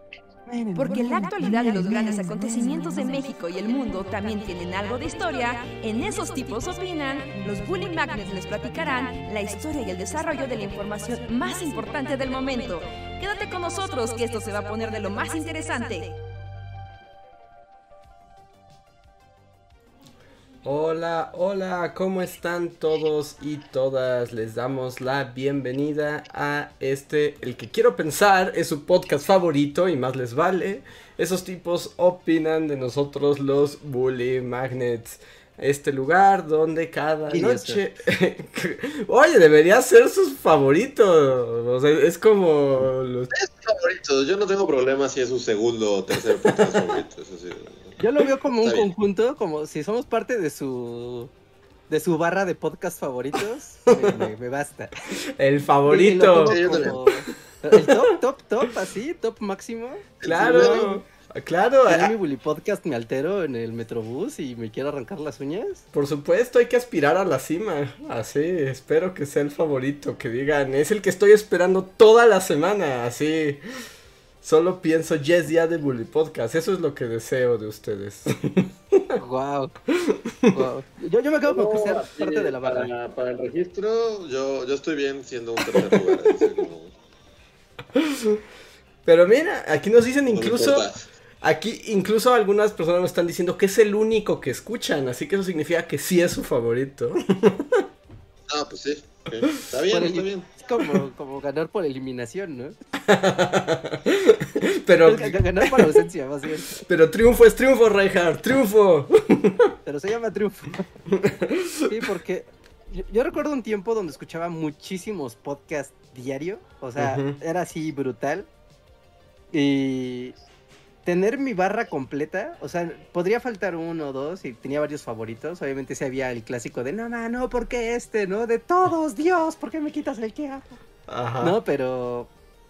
Porque en la actualidad de los grandes acontecimientos de México y el mundo también tienen algo de historia, en Esos Tipos Opinan, los Bully Magnets les platicarán la historia y el desarrollo de la información más importante del momento. Quédate con nosotros que esto se va a poner de lo más interesante. Hola, hola, ¿cómo están todos y todas? Les damos la bienvenida a el que quiero pensar es su podcast favorito y más les vale. Esos tipos opinan de nosotros los Bully Magnets. Este lugar donde cada noche... Oye, debería ser sus favoritos. O sea, es como... Es favorito, yo no tengo problema si es su segundo o tercer podcast favorito, eso sí. Yo lo veo como un conjunto, como si somos parte de su barra de podcast favoritos, me basta. El favorito. El top, así, top máximo. Claro. Claro. En mi Bully Podcast me altero en el Metrobús y me quiero arrancar las uñas. Por supuesto, hay que aspirar a la cima. Así, espero que sea el favorito, que digan, es el que estoy esperando toda la semana, así. Solo pienso, yes, día de Bully Podcast. Eso es lo que deseo de ustedes. Wow. Yo me quedo con que sea parte de la barra. Para el registro, yo estoy bien siendo un tercer lugar. Pero mira, aquí nos dicen incluso... No aquí incluso algunas personas nos están diciendo que es el único que escuchan. Así que eso significa que sí es su favorito. Ah, pues sí. Okay. Está bien. Es como ganar por eliminación, ¿no? Pero ganar por ausencia, más bien. Pero triunfo es triunfo, Reinhardt, triunfo. Pero se llama triunfo. Sí, porque yo recuerdo un tiempo donde escuchaba muchísimos podcasts diario. O sea, era así brutal. Y tener mi barra completa, o sea, podría faltar uno o dos y tenía varios favoritos. Obviamente sí había el clásico de no, ¿por qué este? ¿No? De todos, Dios, ¿por qué me quitas el que hago? Ajá. No, pero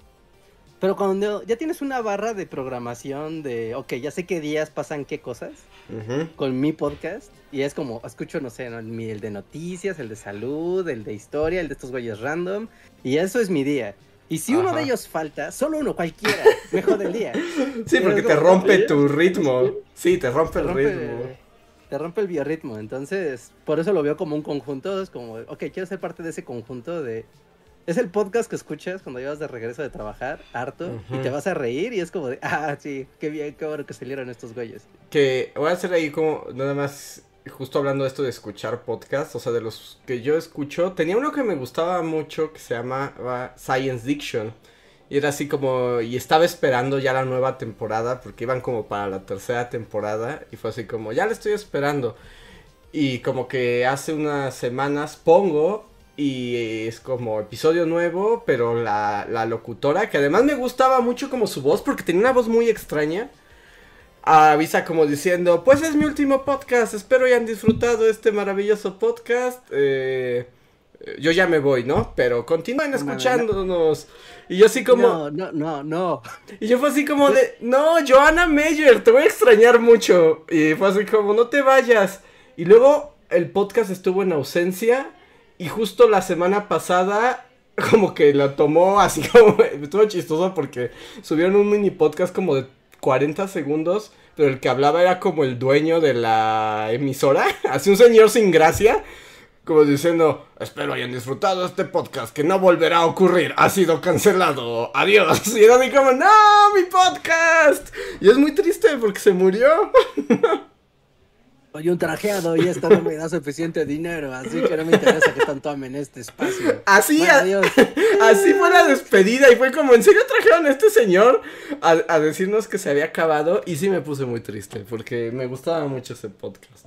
cuando ya tienes una barra de programación de, ok, ya sé qué días pasan qué cosas con mi podcast, y es como, escucho, no sé, el de noticias, el de salud, el de historia, el de estos güeyes random, y eso es mi día. Y si uno de ellos falta, solo uno, cualquiera, mejor del día. Sí, porque te rompe tu ritmo. Sí, te rompe el ritmo. Te rompe el biorritmo, entonces, por eso lo veo como un conjunto, es como, ok, quiero ser parte de ese conjunto de... Es el podcast que escuchas cuando llevas de regreso de trabajar, harto, y te vas a reír y es como de, sí, qué bien, qué bueno que salieron estos güeyes. Que voy a hacer ahí como, nada más, justo hablando de esto de escuchar podcasts, o sea, de los que yo escucho, tenía uno que me gustaba mucho que se llamaba Science Diction. Y era así como, y estaba esperando ya la nueva temporada, porque iban como para la tercera temporada, y fue así como, ya la estoy esperando. Y como que hace unas semanas pongo... Y es como episodio nuevo, pero la locutora, que además me gustaba mucho como su voz, porque tenía una voz muy extraña, avisa como diciendo, pues es mi último podcast, espero hayan disfrutado este maravilloso podcast, yo ya me voy, ¿no? Pero continúen escuchándonos. Y yo así como... No. Y yo fue así como de, no, Joanna Meyer, te voy a extrañar mucho. Y fue así como, no te vayas. Y luego el podcast estuvo en ausencia. Y justo la semana pasada, como que la tomó así como... Estuvo chistoso porque subieron un mini podcast como de 40 segundos, pero el que hablaba era como el dueño de la emisora. Así un señor sin gracia, como diciendo, espero hayan disfrutado este podcast, que no volverá a ocurrir, ha sido cancelado, adiós. Y era así como, no, mi podcast. Y es muy triste porque se murió. Soy un trajeado y esto no me da suficiente dinero, así que no me interesa que tanto amen este espacio. Así, así fue la despedida y fue como, ¿en serio trajeron a este señor a decirnos que se había acabado? Y sí me puse muy triste porque me gustaba mucho ese podcast.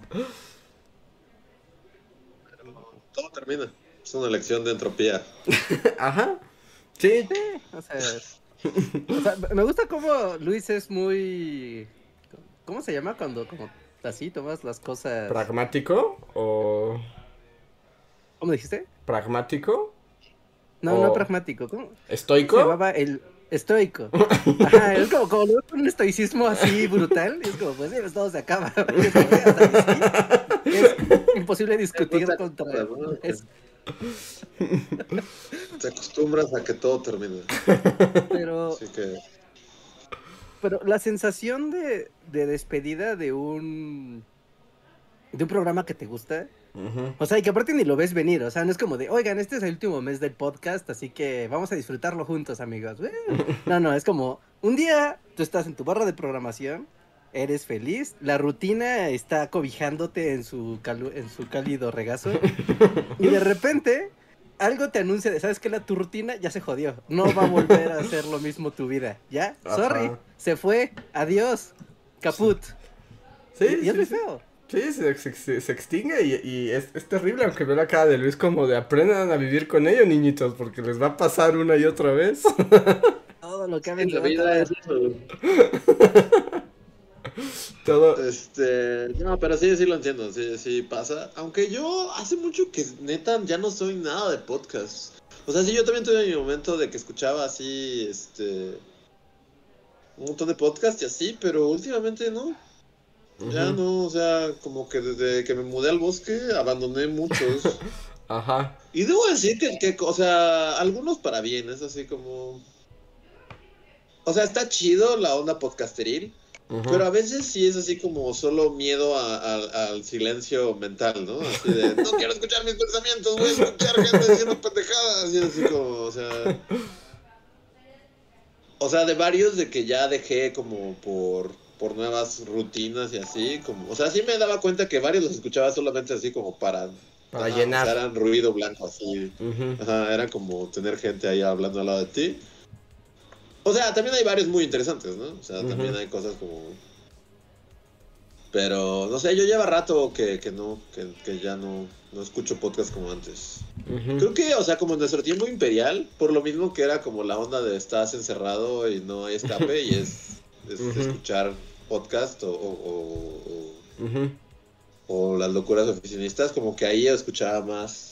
Todo termina, es una lección de entropía. Ajá, sí. O sea, me gusta cómo Luis es muy... ¿Cómo se llama cuando como así tomas las cosas? ¿Pragmático o...? ¿Cómo dijiste? ¿Pragmático? No pragmático. ¿Cómo? ¿Estoico? Se llamaba el estoico. Ajá, es como un estoicismo así brutal. Y es como, pues sí, todo se acaba. Es imposible discutir contra eso. Te acostumbras a que todo termine. Pero... Así que... pero la sensación de despedida de un programa que te gusta, o sea, y que aparte ni lo ves venir, o sea, no es como de, oigan, este es el último mes del podcast, así que vamos a disfrutarlo juntos, amigos. No, es como, un día tú estás en tu barra de programación, eres feliz, la rutina está cobijándote en su cálido regazo, y de repente algo te anuncia de, ¿sabes qué? Tu rutina ya se jodió, no va a volver a ser lo mismo tu vida, ¿ya? Sorry, se fue, adiós, caput. Sí, y es muy feo. Sí, se extingue y es terrible, aunque veo la cara de Luis como de aprendan a vivir con ello, niñitos, porque les va a pasar una y otra vez. Todo lo que ha En la vida es eso. Todo. No, pero sí lo entiendo, sí pasa. Aunque yo hace mucho que neta ya no soy nada de podcast. O sea, sí, yo también tuve mi momento de que escuchaba así, un montón de podcasts y así, pero últimamente no. Ya no, o sea, como que desde que me mudé al bosque abandoné muchos. Ajá. Y debo decir que, o sea, algunos para bien, es así como... O sea, está chido la onda podcasteril, pero a veces sí es así como solo miedo al silencio mental, ¿no? Así de, no quiero escuchar mis pensamientos, voy a escuchar gente diciendo pendejadas, y así como, o sea, de varios de que ya dejé como por nuevas rutinas y así, como, o sea, sí me daba cuenta que varios los escuchaba solamente así como para llenar. O sea, eran ruido blanco así. Ajá, era como tener gente ahí hablando al lado de ti. O sea, también hay varios muy interesantes, ¿no? O sea, también hay cosas como... Pero, no sé, yo lleva rato que ya no escucho podcast como antes. Creo que, o sea, como en nuestro tiempo imperial, por lo mismo que era como la onda de estás encerrado y no hay escape y es escuchar podcast o las locuras oficinistas, como que ahí escuchaba más.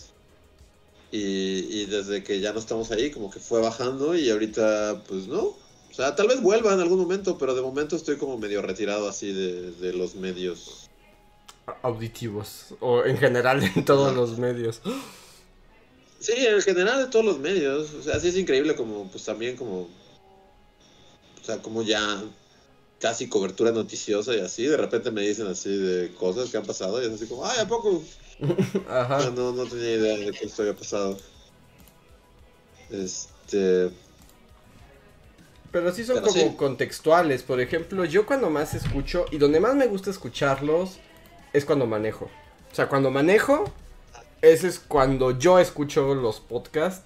Y desde que ya no estamos ahí, como que fue bajando y ahorita, pues no. O sea, tal vez vuelva en algún momento, pero de momento estoy como medio retirado así de los medios auditivos, o en general en todos los medios. Sí, en general de todos los medios. O sea, sí es increíble como, pues también como... O sea, como ya casi cobertura noticiosa y así, de repente me dicen así de cosas que han pasado y es así como, ay, ¿a poco? Ajá. O sea, no tenía idea de que esto había pasado. Pero sí son como contextuales. Por ejemplo, yo cuando más escucho, y donde más me gusta escucharlos, es cuando manejo. O sea, cuando manejo, ese es cuando yo escucho los podcasts.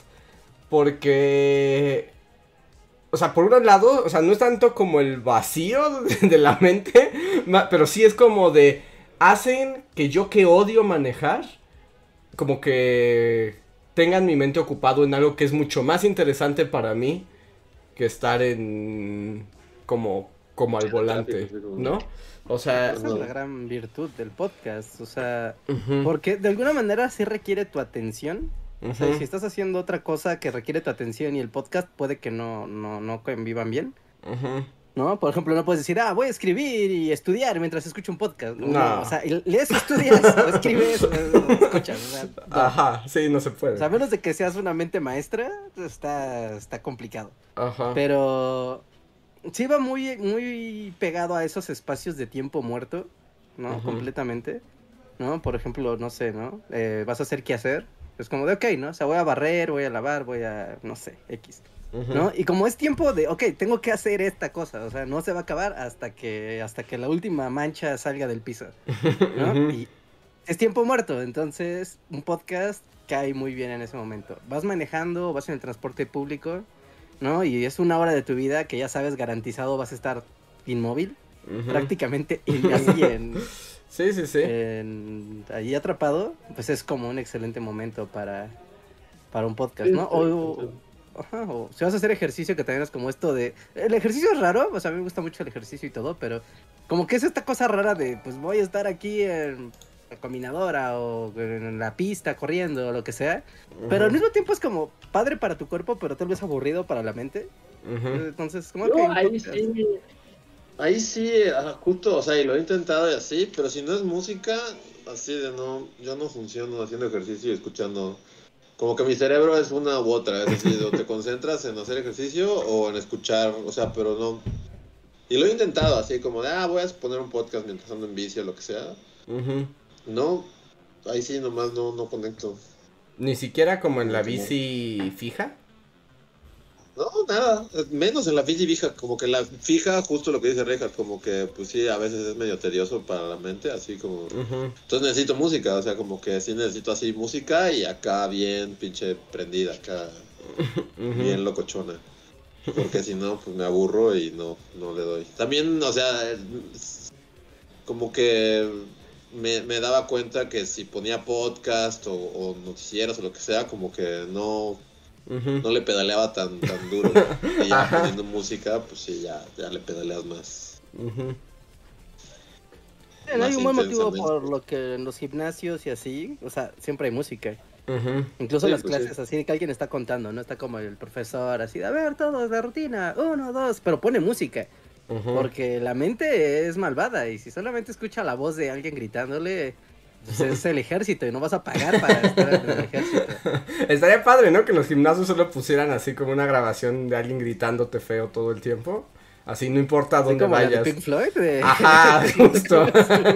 Porque... O sea, por un lado, o sea, no es tanto como el vacío de la mente, pero sí es como de... Hacen que yo que odio manejar, como que tengan mi mente ocupado en algo que es mucho más interesante para mí que estar en... como al volante, ¿no? O sea... Esa es la gran virtud del podcast, o sea, porque de alguna manera sí requiere tu atención. O sea, si estás haciendo otra cosa que requiere tu atención y el podcast puede que no convivan bien, ¿no? Por ejemplo, no puedes decir, voy a escribir y estudiar mientras escucho un podcast. No. O sea, lees, estudias, o escribes, o escuchas. O sea, no. Ajá, sí, no se puede. O sea, a menos de que seas una mente maestra, está complicado. Ajá. Pero sí va muy, muy pegado a esos espacios de tiempo muerto, ¿no? Completamente, ¿no? Por ejemplo, no sé, ¿no? Vas a hacer qué hacer. Es como de, ok, ¿no? O sea, voy a barrer, voy a lavar, voy a, no sé, X, ¿no? Y como es tiempo de, ok, tengo que hacer esta cosa, o sea, no se va a acabar hasta que la última mancha salga del piso, ¿no? Y es tiempo muerto, entonces un podcast cae muy bien en ese momento. Vas manejando, vas en el transporte público, ¿no? Y es una hora de tu vida que ya sabes garantizado vas a estar inmóvil, prácticamente así en... Sí. Ahí atrapado, pues es como un excelente momento para un podcast, ¿no? O si vas a hacer ejercicio, que también es como esto de... El ejercicio es raro, o sea, a mí me gusta mucho el ejercicio y todo, pero como que es esta cosa rara de, pues voy a estar aquí en la caminadora o en la pista corriendo o lo que sea, pero al mismo tiempo es como padre para tu cuerpo, pero tal vez aburrido para la mente. Entonces, como que... Ahí sí, justo, o sea, y lo he intentado y así, pero si no es música, así de no, yo no funciono haciendo ejercicio y escuchando, como que mi cerebro es una u otra, es decir, o te concentras en hacer ejercicio o en escuchar, o sea, pero Y lo he intentado así como de, voy a poner un podcast mientras ando en bici o lo que sea. No, ahí sí nomás no conecto. ¿Ni siquiera como en la bici fija? No, nada, menos en la bici fija, como que la fija, justo lo que dice Rejas, como que pues sí, a veces es medio tedioso para la mente, así como... Entonces necesito música, o sea, como que sí necesito así música y acá bien pinche prendida, acá bien locochona. Porque si no, pues me aburro y no le doy. También, o sea, como que me daba cuenta que si ponía podcast o noticieros o lo que sea, como que no le pedaleaba tan duro. Y ya poniendo música, pues sí, ya le pedaleas más. Hay un buen motivo por lo que en los gimnasios y así, o sea, siempre hay música. Incluso las clases así de que alguien está contando, ¿no? Está como el profesor así de, a ver, todos de rutina, 1, 2, pero pone música. Porque la mente es malvada y si solamente escucha la voz de alguien gritándole, pues es el ejército y no vas a pagar para estar en el ejército. Estaría padre, ¿no? Que en los gimnasios solo pusieran así como una grabación de alguien gritándote feo todo el tiempo. Así no importa dónde como vayas. La de Pink Floyd, Ajá, justo.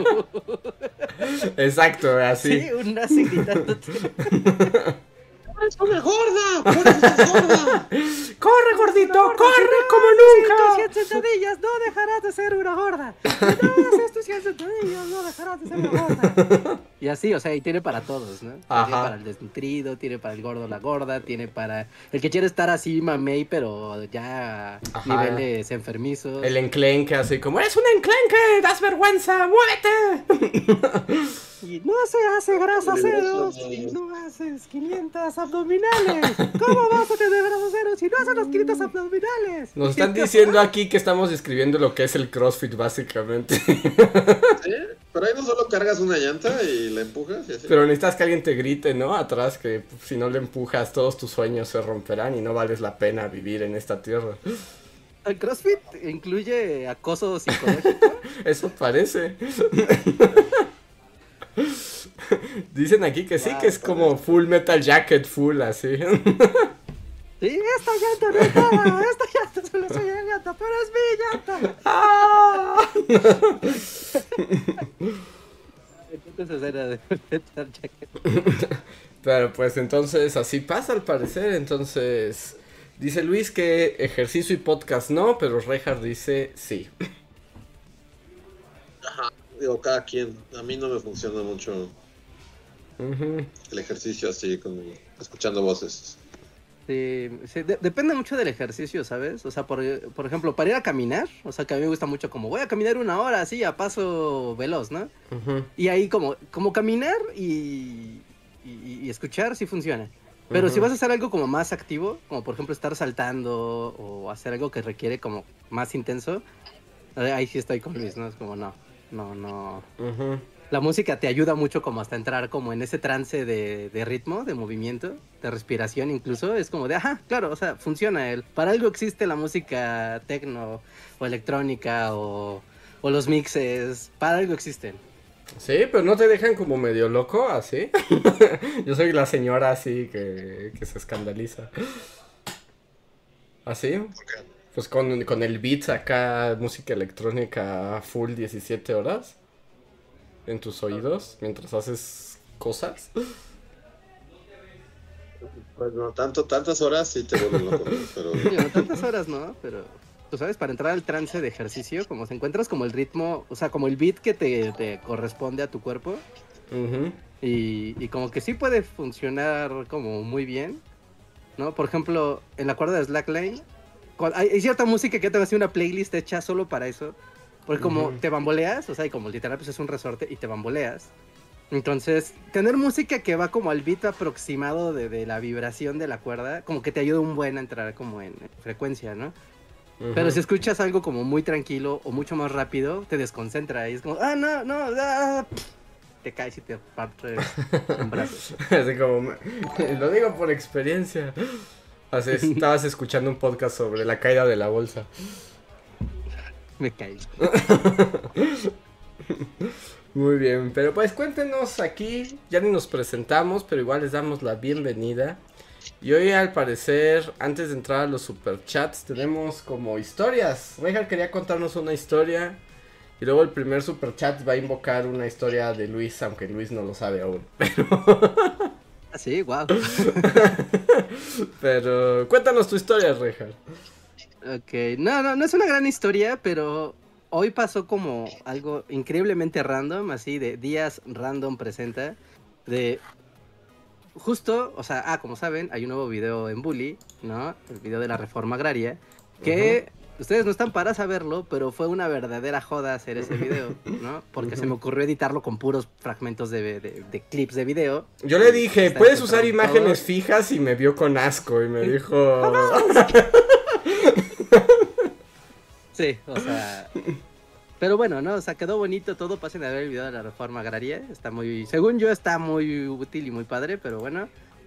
Exacto, así. Sí, un nazi gritándote. ¡Es una gorda! ¡Por eso estás gorda! ¡Corre, gordito! ¡Corre como nunca! Si tus 100 sentadillas no dejarás de ser una gorda. Si no haces tus 100 sentadillas no dejarás de ser una gorda. Y así, o sea, y tiene para todos, ¿no? Ajá. Tiene para el desnutrido, tiene para el gordo la gorda, tiene para el que quiere estar así mamey, pero ya niveles enfermizos. El enclenque, así como, ¡eres un enclenque! ¡Das vergüenza! ¡Muévete! Y no se hace grasa cero si no haces 500 abdominales. ¿Cómo vas a tener grasa cero si no haces los 500 abdominales? Nos están diciendo aquí que estamos describiendo lo que es el CrossFit, básicamente. ¿Sí? Pero ahí no solo cargas una llanta y la empujas y así. Pero necesitas que alguien te grite, ¿no? Atrás, que si no le empujas, todos tus sueños se romperán y no vales la pena vivir en esta tierra. ¿El CrossFit incluye acoso psicológico? Eso parece. Dicen aquí que sí, que es como Full Metal Jacket full, así. Sí, esta llanta no es nada, esta llanta solo soy la llanta, pero es mi llanta. Entonces era de Full Metal Jacket. Pero pues entonces así pasa al parecer, entonces... Dice Luis que ejercicio y podcast no, pero Reinhardt dice sí. Ajá, digo, cada quien. A mí no me funciona mucho el ejercicio así, como escuchando voces. Sí, depende mucho del ejercicio, ¿sabes? O sea, por ejemplo, para ir a caminar, o sea, que a mí me gusta mucho como voy a caminar 1 hora así a paso veloz, ¿no? Y ahí como caminar y escuchar sí funciona. Pero si vas a hacer algo como más activo, como por ejemplo estar saltando o hacer algo que requiere como más intenso, ahí sí estoy con Luis, ¿no? Es como no. La música te ayuda mucho como hasta entrar como en ese trance de ritmo, de movimiento, de respiración incluso. Es como de, claro, o sea, funciona. Para algo existe la música techno o electrónica o los mixes, para algo existen. Sí, pero no te dejan como medio loco, así. Yo soy la señora así que se escandaliza. ¿Así? Pues con el beats acá, música electrónica full 17 horas en tus oídos mientras haces cosas. Pues no, tantas horas sí te vuelven loco, pero... Sí, no tantas horas, ¿no? Pero... Tú sabes, para entrar al trance de ejercicio, como se encuentras como el ritmo, o sea, como el beat que te corresponde a tu cuerpo. Y como que sí puede funcionar como muy bien, ¿no? Por ejemplo, en la cuerda de Slackline, hay cierta música que tengo así una playlist hecha solo para eso. Porque como te bamboleas, o sea, y como literal pues es un resorte y te bamboleas. Entonces, tener música que va como al beat aproximado de la vibración de la cuerda, como que te ayuda un buen a entrar como en frecuencia, ¿no? Pero si escuchas algo como muy tranquilo o mucho más rápido, te desconcentra y es como, te caes y te partes un brazo. Así como, lo digo por experiencia. Así estabas escuchando un podcast sobre la caída de la bolsa. Me caí. Muy bien, pero pues cuéntenos aquí, ya ni nos presentamos, pero igual les damos la bienvenida. Y hoy al parecer, antes de entrar a los superchats, tenemos como historias. Rejar quería contarnos una historia. Y luego el primer superchat va a invocar una historia de Luis, aunque Luis no lo sabe aún. Sí, wow. Pero cuéntanos tu historia, Rejar. Ok, no es una gran historia, pero hoy pasó como algo increíblemente random, así de días random presenta. De justo, o sea, como saben, hay un nuevo video en Bully, ¿no? El video de la reforma agraria, que ustedes no están para saberlo, pero fue una verdadera joda hacer ese video, ¿no? Porque se me ocurrió editarlo con puros fragmentos de clips de video. Yo le dije, ¿puedes usar imágenes fijas? Y me vio con asco y me dijo... Sí, o sea... Pero bueno, ¿no? O sea, quedó bonito todo. Pasen a ver el video de la reforma agraria. Está muy... Según yo, está muy útil y muy padre, pero bueno.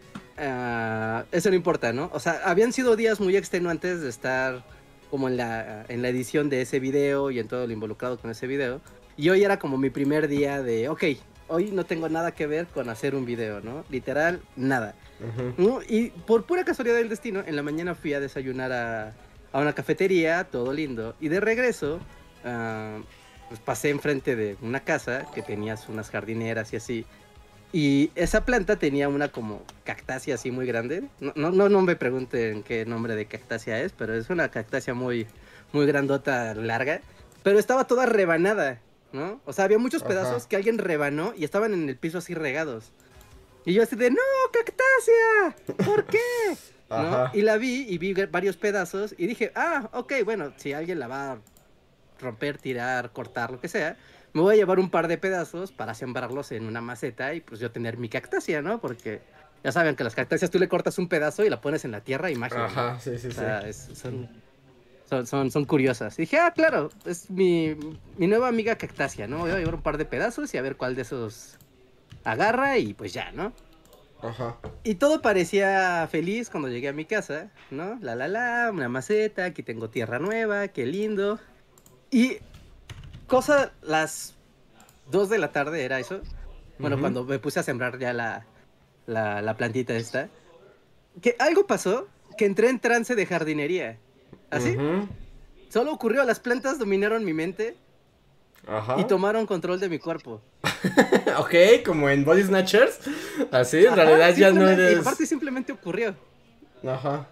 Eso no importa, ¿no? O sea, habían sido días muy extenuantes de estar como en la edición de ese video y en todo lo involucrado con ese video. Y hoy era como mi primer día de... Ok, hoy no tengo nada que ver con hacer un video, ¿no? Literal, nada. ¿No? Y por pura casualidad del destino, en la mañana fui a desayunar a una cafetería, todo lindo. Y de regreso... pues pasé enfrente de una casa que tenía unas jardineras y así. Y esa planta tenía una como cactácea así muy grande. No me pregunten qué nombre de cactácea es, pero es una cactácea muy, muy grandota, larga. Pero estaba toda rebanada, ¿no? O sea, había muchos pedazos que alguien rebanó y estaban en el piso así regados. Y yo así de, ¡no, cactácea! ¿Por qué? ¿No? Y la vi y vi varios pedazos y dije, ok, bueno, si alguien la va a romper, tirar, cortar, lo que sea, me voy a llevar un par de pedazos para sembrarlos en una maceta y pues yo tener mi cactácea, ¿no? Porque ya saben que las cactáceas tú le cortas un pedazo y la pones en la tierra y magia. Ajá, ¿no? Sí. O sea, son curiosas. Y dije, claro, es mi nueva amiga cactácea, ¿no? Voy a llevar un par de pedazos y a ver cuál de esos agarra y pues ya, ¿no? Ajá. Y todo parecía feliz cuando llegué a mi casa, ¿no? Una maceta, aquí tengo tierra nueva, qué lindo. Y las 2 de la tarde era eso. Bueno, cuando me puse a sembrar ya la plantita esta. Que algo pasó, que entré en trance de jardinería. ¿Así? Solo ocurrió, las plantas dominaron mi mente. Y tomaron control de mi cuerpo. Ok, como en Body Snatchers. Así, en realidad ya no eres... Y aparte simplemente ocurrió. Ajá.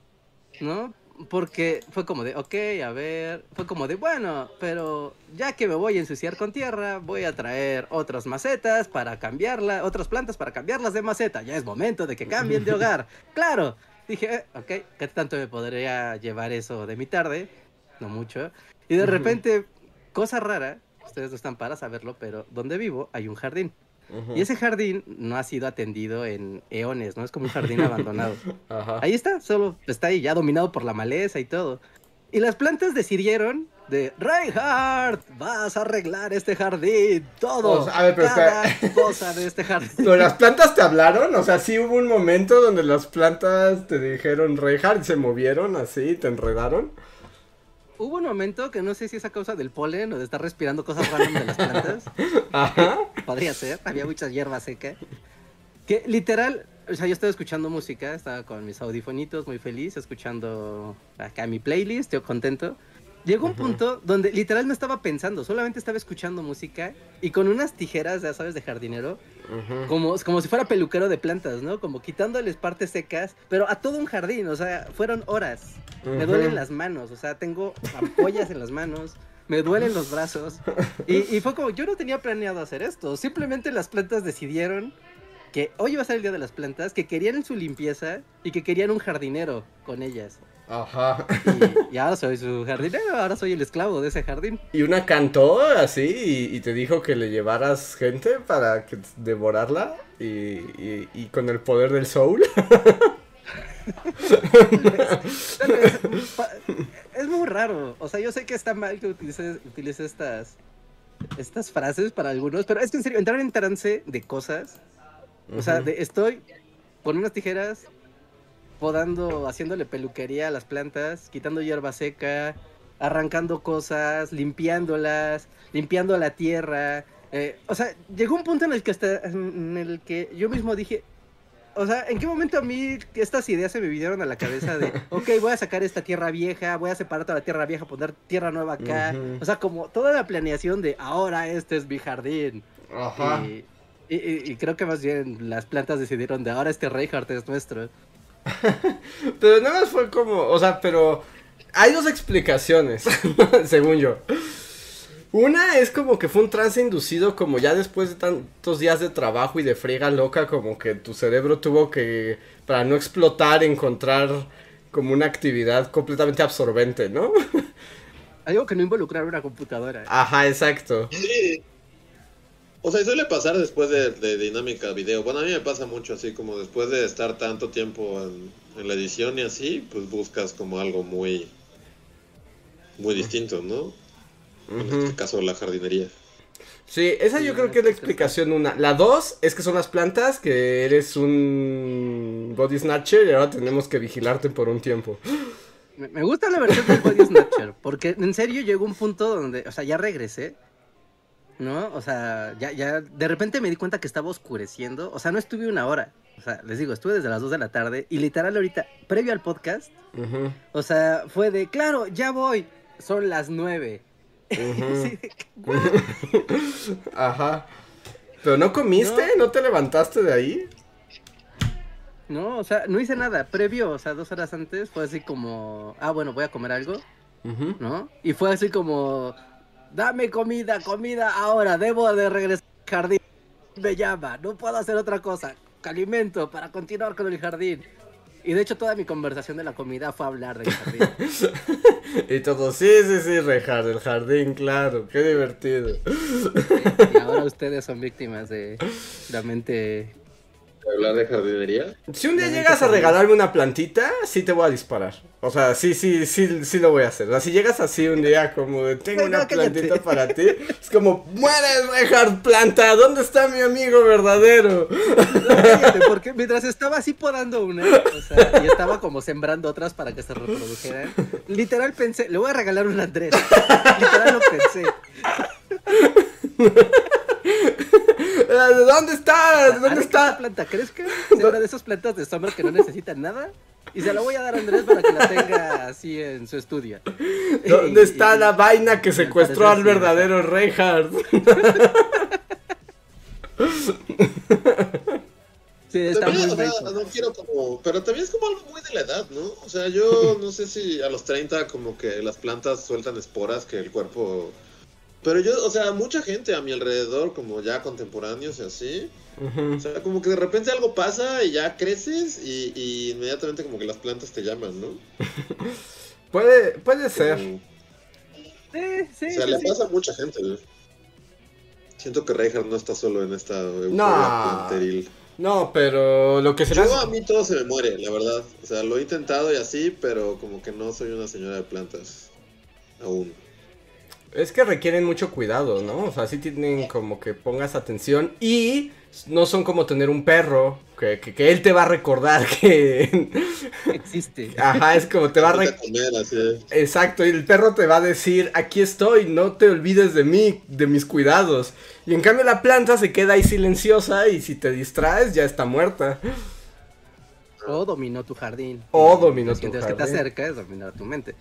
¿No? Porque fue como de, ok, a ver, fue como de, bueno, pero ya que me voy a ensuciar con tierra, voy a traer otras macetas para cambiarla, otras plantas para cambiarlas de maceta, ya es momento de que cambien de hogar. Claro, dije, ok, ¿qué tanto me podría llevar eso de mi tarde? No mucho. Y de repente, cosa rara, ustedes no están para saberlo, pero donde vivo hay un jardín. Y ese jardín no ha sido atendido en eones, ¿no? Es como un jardín abandonado. Ahí está, solo está ahí ya dominado por la maleza y todo. Y las plantas decidieron de, Reinhardt, vas a arreglar este jardín, todo. O sea, a ver, pero cada cosa de este jardín. ¿Pero las plantas te hablaron? O sea, sí hubo un momento donde las plantas te dijeron Reinhardt y se movieron así, te enredaron. Hubo un momento que no sé si es a causa del polen o de estar respirando cosas random de las plantas. Ajá. Podría ser, había mucha hierba seca. Que literal, o sea, yo estaba escuchando música, estaba con mis audifonitos muy feliz, escuchando acá mi playlist, yo contento. Llegó un punto donde literal no estaba pensando, solamente estaba escuchando música y con unas tijeras, ya sabes, de jardinero, como si fuera peluquero de plantas, ¿no? Como quitándoles partes secas, pero a todo un jardín, o sea, fueron horas. Me duelen las manos, o sea, tengo ampollas en las manos, me duelen los brazos. Y fue como, yo no tenía planeado hacer esto, simplemente las plantas decidieron que hoy iba a ser el día de las plantas, que querían su limpieza y que querían un jardinero con ellas. Ajá. Y ahora soy su jardinero, ahora soy el esclavo de ese jardín. Y una cantó así y te dijo que le llevaras gente para que devorarla y con el poder del soul. Tal vez, es muy raro, o sea, yo sé que está mal que utilice estas frases para algunos, pero es que en serio, entrar en trance de cosas, o sea, estoy con unas tijeras podando, haciéndole peluquería a las plantas, quitando hierba seca, arrancando cosas, limpiándolas, limpiando la tierra. O sea, llegó un punto en el que yo mismo dije, O sea, ¿en qué momento a mí estas ideas se me vinieron a la cabeza de, ok, voy a sacar esta tierra vieja, voy a separar toda la tierra vieja, poner tierra nueva acá? O sea, como toda la planeación de, ahora este es mi jardín. Ajá. Y creo que más bien las plantas decidieron de, ahora este Reinhardt es nuestro. Pero nada más fue como, o sea, pero hay dos explicaciones, según yo. Una es como que fue un trance inducido, como ya después de tantos días de trabajo y de friega loca, como que tu cerebro tuvo que, para no explotar, encontrar como una actividad completamente absorbente, ¿no? Algo que no involucrar una computadora. Ajá, exacto. Sí. O sea, suele pasar después de dinámica video. Bueno, a mí me pasa mucho así, como después de estar tanto tiempo en la edición y así, pues buscas como algo muy distinto, ¿no? En este caso, la jardinería. Sí, esa yo creo que es la explicación una. La dos es que son las plantas, que eres un body snatcher y ahora tenemos que vigilarte por un tiempo. Me gusta la versión del body snatcher, porque en serio llegó un punto donde, o sea, ya regresé, ¿no? O sea, ya de repente me di cuenta que estaba oscureciendo, o sea, no estuve una hora. O sea, les digo, estuve desde las 2 de la tarde y literal ahorita, previo al podcast, o sea, fue de, claro, ya voy, son las 9. Sí, Ajá. ¿Pero no comiste? ¿No te levantaste de ahí? No, o sea, no hice nada. Previo, o sea, 2 horas antes fue así como, bueno, voy a comer algo, ¿no? Y fue así como, dame comida, ahora, debo de regresar al jardín. Me llama, no puedo hacer otra cosa. Alimento para continuar con el jardín. Y de hecho toda mi conversación de la comida fue hablar del jardín. Y todo, sí, Reinhardt, el jardín, claro, qué divertido. Y ahora ustedes son víctimas de la mente. ¿Hablar de jardinería? Si un día llegas a regalarme una plantita, sí te voy a disparar. O sea, sí lo voy a hacer. O sea, si llegas así un día como de, tengo una plantita para ti, es como, mueres, Reinhardt, planta, ¿dónde está mi amigo verdadero? No, cállate, porque mientras estaba así podando una, o sea, y estaba como sembrando otras para que se reprodujeran, literal pensé, le voy a regalar un Andrés. Literal lo pensé. ¿Dónde está? ¿Dónde está? ¿Esta planta crezca? ¿Es una de esas plantas de sombra que no necesitan nada? Y se la voy a dar a Andrés para que la tenga así en su estudio. ¿Dónde está la vaina que secuestró al verdadero Reinhardt? Sí, está también, muy o sea, no quiero como... Pero también es como algo muy de la edad, ¿no? O sea, yo no sé si a los 30 como que las plantas sueltan esporas que el cuerpo... Pero yo, o sea, mucha gente a mi alrededor, como ya contemporáneos y así, o sea, como que de repente algo pasa y ya creces y inmediatamente como que las plantas te llaman, ¿no? Puede ser. Sí, o sea, le pasa a mucha gente, ¿no? Siento que Reinhardt no está solo en esta euforia planteril. No, pero lo que será... Yo a mí todo se me muere, la verdad. O sea, lo he intentado y así, pero como que no soy una señora de plantas. Aún. Es que requieren mucho cuidado, ¿no? O sea, sí tienen como que pongas atención y no son como tener un perro que él te va a recordar que... existe. Ajá, es como te va a comer, así. Exacto, y el perro te va a decir, aquí estoy, no te olvides de mí, de mis cuidados. Y en cambio la planta se queda ahí silenciosa y si te distraes ya está muerta. O dominó tu jardín. O dominó tu jardín. Mientras que te acercas, dominar tu mente.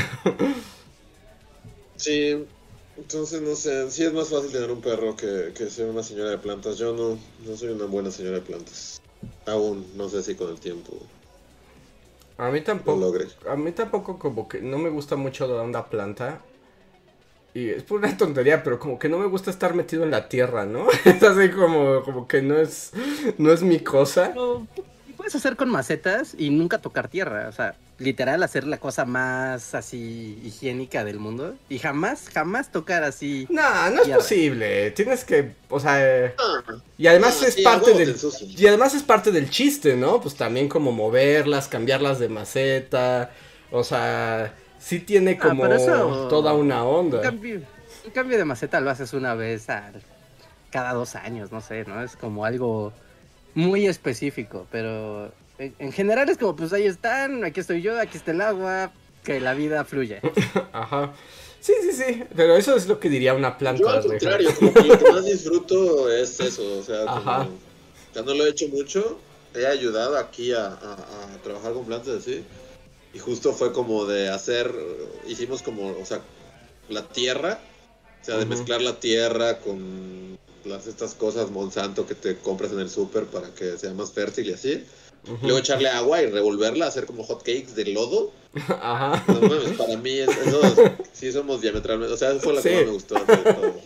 Sí, entonces no sé, sí es más fácil tener un perro que ser una señora de plantas. Yo no soy una buena señora de plantas. Aún, no sé si con el tiempo. A mí tampoco. Lo logre. A mí tampoco como que no me gusta mucho la onda planta. Y es por una tontería, pero como que no me gusta estar metido en la tierra, ¿no? Es así como que no es mi cosa. Pero puedes hacer con macetas y nunca tocar tierra, o sea, literal hacer la cosa más así higiénica del mundo y jamás tocar así. No es posible. Tienes que, o sea, y además es parte del chiste, ¿no? Pues también como moverlas, cambiarlas de maceta, o sea, sí tiene como toda una onda. Un cambio de maceta lo haces una vez cada 2 años, no sé, ¿no? Es como algo muy específico, pero en general es como, pues ahí están, aquí estoy yo, aquí está el agua, que la vida fluye. Ajá. Sí, pero eso es lo que diría una planta. Yo al contrario, como que lo que más disfruto es eso, o sea, como, ya no lo he hecho mucho, he ayudado aquí a trabajar con plantas así. Y justo fue como de hicimos como, o sea, la tierra, o sea, de mezclar la tierra con estas cosas Monsanto que te compras en el súper para que sea más fértil y así. Luego echarle agua y revolverla, hacer como hot cakes de lodo. Ajá. No mames, para mí eso sí somos diametralmente, o sea, eso fue lo que más me gustó de todo.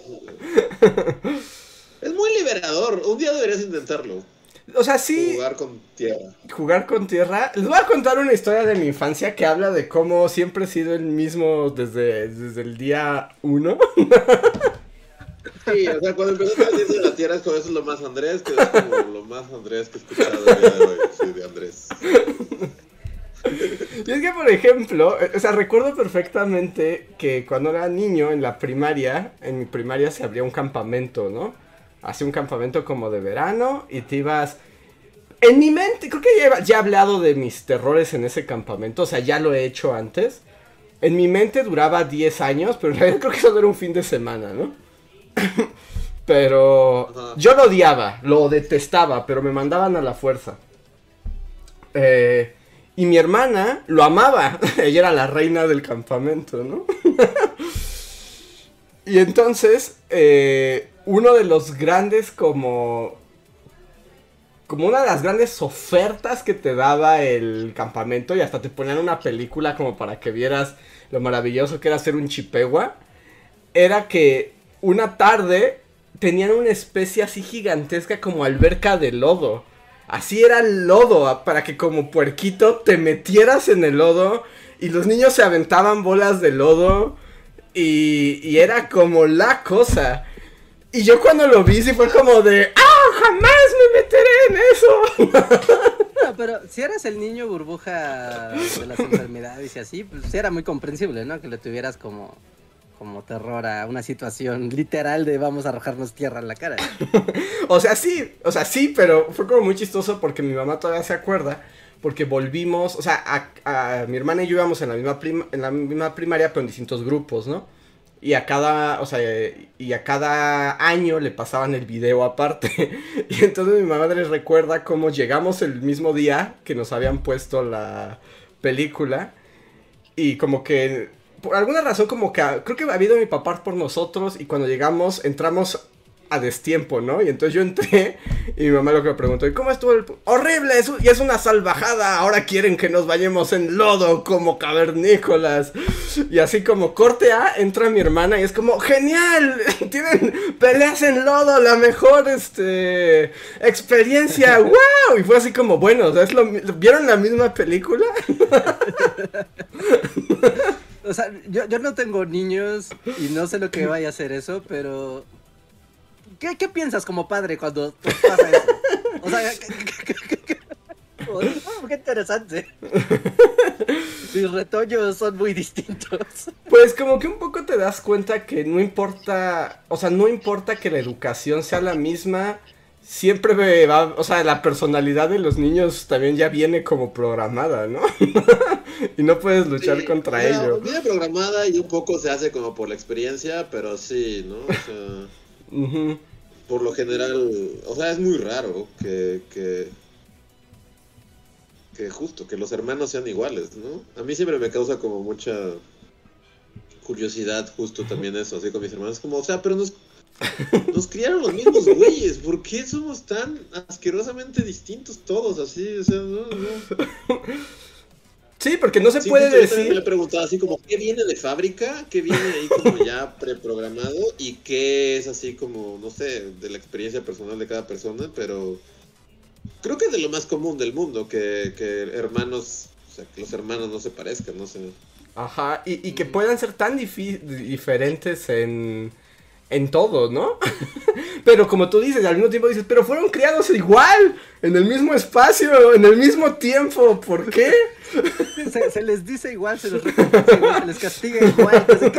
Es muy liberador, un día deberías intentarlo. O sea, sí. Jugar con tierra. Jugar con tierra. Les voy a contar una historia de mi infancia que habla de cómo siempre he sido el mismo desde el día 1. Sí, o sea, cuando empezó a decirse la tierra, eso es lo más Andrés, que es como lo más Andrés que he escuchado el día de hoy, sí, de Andrés. Y es que, por ejemplo, o sea, recuerdo perfectamente que cuando era niño en mi primaria se abría un campamento, ¿no? Hacía un campamento como de verano y te ibas... En mi mente, creo que ya he hablado de mis terrores en ese campamento, o sea, ya lo he hecho antes. En mi mente duraba 10 años, pero en realidad creo que solo era un fin de semana, ¿no? Pero yo lo odiaba, lo detestaba, pero me mandaban a la fuerza. Y mi hermana lo amaba, ella era la reina del campamento, ¿no? Y entonces, uno de los grandes como una de las grandes ofertas que te daba el campamento, y hasta te ponían una película como para que vieras lo maravilloso que era ser un chipegua, era que una tarde tenían una especie así gigantesca como alberca de lodo. Así era el lodo, para que como puerquito te metieras en el lodo y los niños se aventaban bolas de lodo y era como la cosa. Y yo cuando lo vi sí fue como de jamás me meteré en eso. No, pero si eras el niño burbuja de las enfermedades y así, pues era muy comprensible, ¿no? Que le tuvieras como terror a una situación literal de vamos a arrojarnos tierra en la cara. O sea, sí, pero fue como muy chistoso porque mi mamá todavía se acuerda, porque volvimos, o sea, a mi hermana y yo íbamos en la misma primaria, pero en distintos grupos, ¿no? Y a cada año le pasaban el video aparte. Y entonces mi madre recuerda cómo llegamos el mismo día que nos habían puesto la película. Y como que, por alguna razón, como que creo que había ido mi papá por nosotros. Y cuando llegamos, entramos a destiempo, ¿no? Y entonces yo entré y mi mamá lo que me preguntó, ¿y cómo estuvo ¡Horrible! Y es una salvajada. Ahora quieren que nos bañemos en lodo como cavernícolas. Y así como corte A, entra mi hermana y es como ¡genial! Tienen peleas en lodo, la mejor experiencia. ¡Wow! Y fue así como, bueno, o sea, ¿vieron la misma película? O sea, yo no tengo niños y no sé lo que vaya a hacer eso, pero ¿qué piensas como padre cuando pasa eso? O sea, qué interesante. Mis retoños son muy distintos. Pues como que un poco te das cuenta que no importa, o sea, no importa que la educación sea la misma, siempre va, o sea, la personalidad de los niños también ya viene como programada, ¿no? Y no puedes luchar contra ello. Viene programada y un poco se hace como por la experiencia, pero sí, ¿no? O sea, por lo general, o sea, es muy raro que justo, que los hermanos sean iguales, ¿no? A mí siempre me causa como mucha curiosidad justo también eso, así con mis hermanos, como, o sea, pero nos criaron los mismos güeyes, ¿por qué somos tan asquerosamente distintos todos, así? O sea, no. Sí, porque no se puede decir. Me lo he preguntado así como, ¿qué viene de fábrica? ¿Qué viene ahí como ya preprogramado? Y qué es así como, no sé, de la experiencia personal de cada persona, pero creo que es de lo más común del mundo, que hermanos, o sea, que los hermanos no se parezcan, no sé. Ajá, y que puedan ser tan diferentes en todo, ¿no? Pero como tú dices, al mismo tiempo dices, pero fueron criados igual, en el mismo espacio, en el mismo tiempo, ¿por qué? Se les dice igual, se les recompensa igual, se les castiga igual, entonces,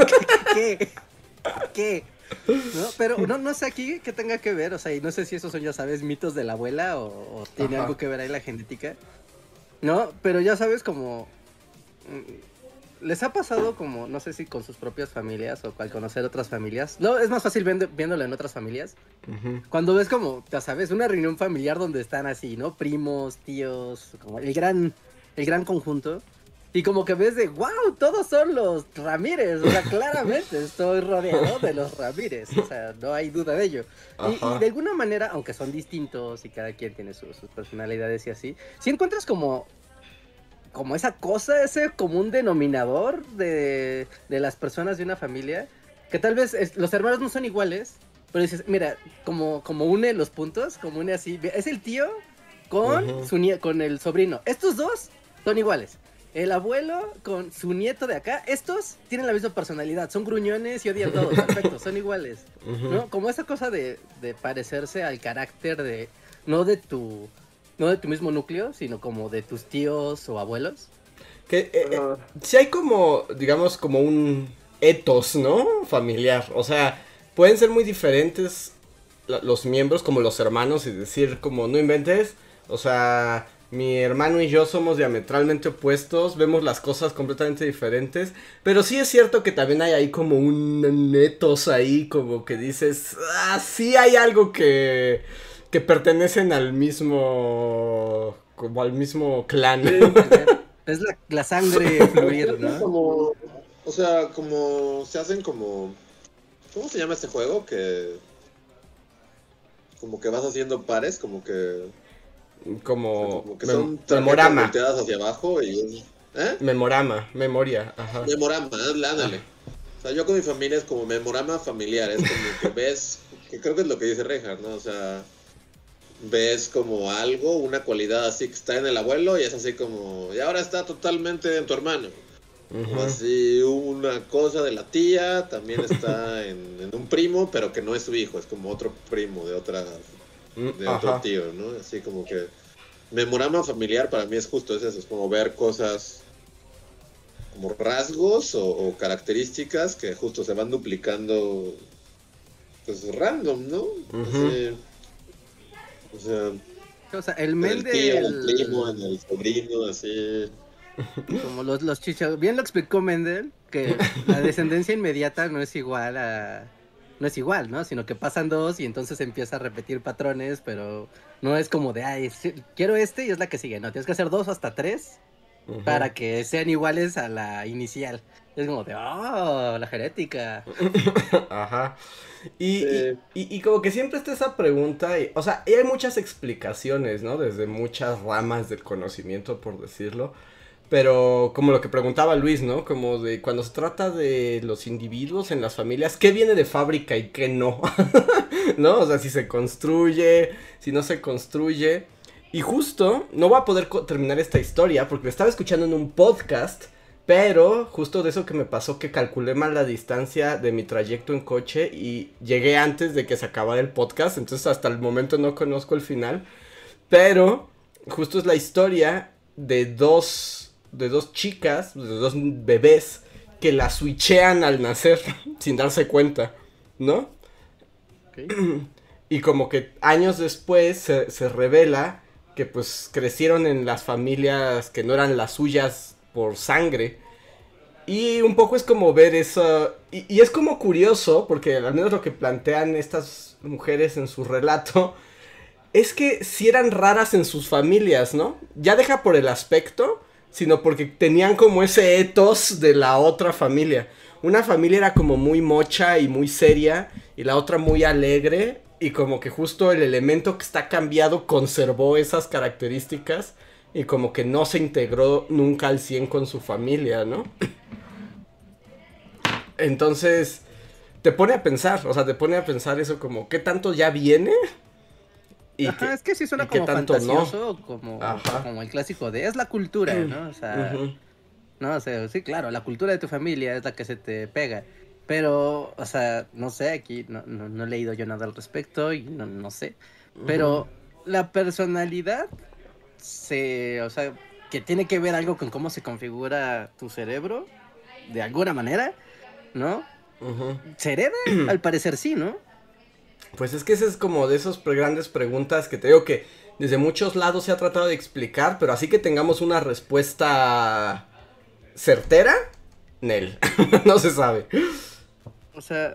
¿qué? ¿No? Pero no sé aquí qué tenga que ver, o sea, y no sé si esos son, ya sabes, mitos de la abuela o tiene algo que ver ahí la genética, ¿no? Pero ya sabes como ¿les ha pasado como, no sé si con sus propias familias o al conocer otras familias? No, es más fácil viéndolo en otras familias. Cuando ves como, ya sabes, una reunión familiar donde están así, ¿no? Primos, tíos, como el gran conjunto. Y como que ves de, wow, todos son los Ramírez. O sea, claramente estoy rodeado de los Ramírez. O sea, no hay duda de ello. Y de alguna manera, aunque son distintos y cada quien tiene sus personalidades y así, si encuentras como esa cosa, ese común denominador de las personas de una familia, que tal vez los hermanos no son iguales, pero dices, mira, como une los puntos, como une así, es el tío con con el sobrino. Estos dos son iguales. El abuelo con su nieto de acá, estos tienen la misma personalidad, son gruñones y odian todo, perfecto, son iguales, ¿no? Como esa cosa de parecerse al carácter de, no de tu mismo núcleo, sino como de tus tíos o abuelos. Que sí hay como, digamos, como un ethos, ¿no? Familiar, o sea, pueden ser muy diferentes los miembros, como los hermanos, y decir como, no inventes, o sea, mi hermano y yo somos diametralmente opuestos, vemos las cosas completamente diferentes, pero sí es cierto que también hay ahí como un ethos ahí, como que dices, sí hay algo que pertenecen al mismo, como al mismo clan. Es la sangre fluir, ¿no? Como, o sea, como se hacen como, ¿cómo se llama este juego? Que como que vas haciendo pares, como que son memorama volteadas hacia abajo y memoria, ajá. Memorama, ándale. O sea, yo con mi familia es como memorama familiar, es como que ves, que creo que es lo que dice Reinhardt, ¿no? O sea, ves como algo, una cualidad así que está en el abuelo y es así como, y ahora está totalmente en tu hermano. O así una cosa de la tía también está en un primo, pero que no es su hijo, es como otro primo de otro tío, ¿no? Así como que memorama familiar para mí es justo eso, es como ver cosas como rasgos o características que justo se van duplicando, pues random, ¿no? Así, o sea, el Mendel, tío, el primo, en el sobrino, así. Como los chichos, bien lo explicó Mendel, que la descendencia inmediata no es igual, ¿no? Sino que pasan dos y entonces empieza a repetir patrones, pero no es como de, quiero y es la que sigue, no, tienes que hacer 2 hasta 3 para que sean iguales a la inicial. Es como de, la genética. Ajá. Y como que siempre está esa pregunta, o sea, y hay muchas explicaciones, ¿no? Desde muchas ramas del conocimiento, por decirlo. Pero como lo que preguntaba Luis, ¿no? Como de cuando se trata de los individuos en las familias, ¿qué viene de fábrica y qué no? ¿No? O sea, si se construye, si no se construye. Y justo, no voy a poder terminar esta historia porque la estaba escuchando en un podcast, pero justo de eso que me pasó, que calculé mal la distancia de mi trayecto en coche y llegué antes de que se acabara el podcast, entonces hasta el momento no conozco el final. Pero justo es la historia de dos chicas, de dos bebés que la switchean al nacer sin darse cuenta, ¿no? Okay. Y como que años después se revela que pues crecieron en las familias que no eran las suyas por sangre. Y un poco es como ver eso, y es como curioso, porque al menos lo que plantean estas mujeres en su relato, es que sí eran raras en sus familias, ¿no? Ya deja por el aspecto, sino porque tenían como ese ethos de la otra familia. Una familia era como muy mocha y muy seria, y la otra muy alegre, y como que justo el elemento que está cambiado conservó esas características, y como que no se integró nunca al 100 con su familia, ¿no? Entonces, te pone a pensar, eso como, ¿qué tanto ya viene? Ajá, es que sí suena como fantasioso, no. como el clásico de, es la cultura, ¿no? O sea, no, o sea, sí, claro, la cultura de tu familia es la que se te pega, pero, o sea, no sé, aquí no he leído yo nada al respecto y no sé, pero la personalidad o sea, que tiene que ver algo con cómo se configura tu cerebro, de alguna manera, ¿no? ¿Se hereda? Al parecer sí, ¿no? Pues es que ese es como de esas grandes preguntas que te digo que desde muchos lados se ha tratado de explicar, pero así que tengamos una respuesta certera, Nel. No se sabe. O sea,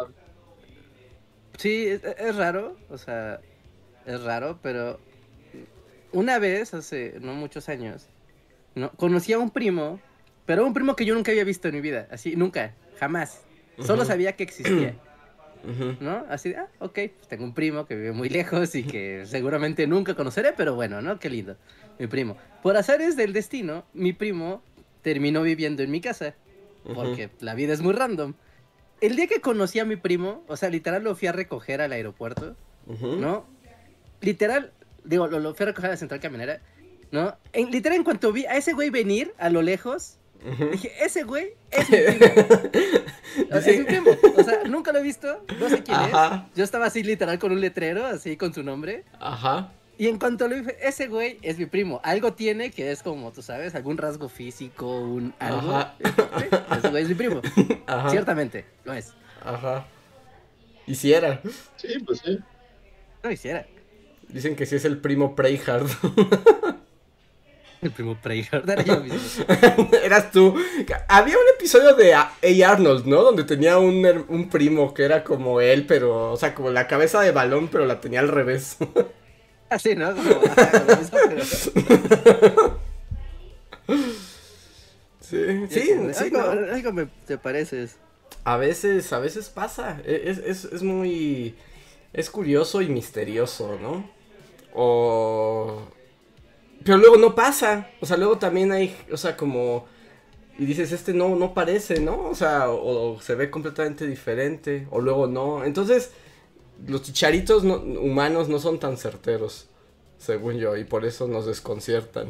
sí, es raro, o sea, es raro, pero una vez, hace no muchos años, ¿no? Conocí a un primo, pero un primo que yo nunca había visto en mi vida, así, nunca, jamás. Solo sabía que existía, ¿no? Así, ok, pues tengo un primo que vive muy lejos y que seguramente nunca conoceré, pero bueno, ¿no? Qué lindo, mi primo. Por azares del destino, mi primo terminó viviendo en mi casa, porque la vida es muy random. El día que conocí a mi primo, o sea, literal lo fui a recoger al aeropuerto, ¿no? Literal, digo, lo fui a recoger a la central camionera, ¿no? Literal, en cuanto vi a ese güey venir a lo lejos, dije, ese güey es mi primo. Es mi primo, o sea, nunca lo he visto, no sé quién es. Yo estaba así literal con un letrero, así con su nombre. Y en cuanto lo vi, ese güey es mi primo. Algo tiene que es como, tú sabes, algún rasgo físico, un algo. Ese güey es mi primo. Ciertamente, lo es. Hiciera. Sí, pues sí. No hiciera. Dicen que sí es el primo Preyhard. El primo Preyhard era yo mismo. Eras tú. Había un episodio de A. Arnold, ¿no? Donde tenía un primo que era como él, pero, o sea, como la cabeza de balón, pero la tenía al revés. Así, ¿no? Sí. Algo te pareces. A veces pasa. Es muy... Es curioso y misterioso, ¿no? Pero luego no pasa. O sea, luego también hay... O sea, como... Y dices, no parece, ¿no? O sea, o se ve completamente diferente. O luego no. Entonces... Los chicharitos humanos no son tan certeros, según yo, y por eso nos desconciertan.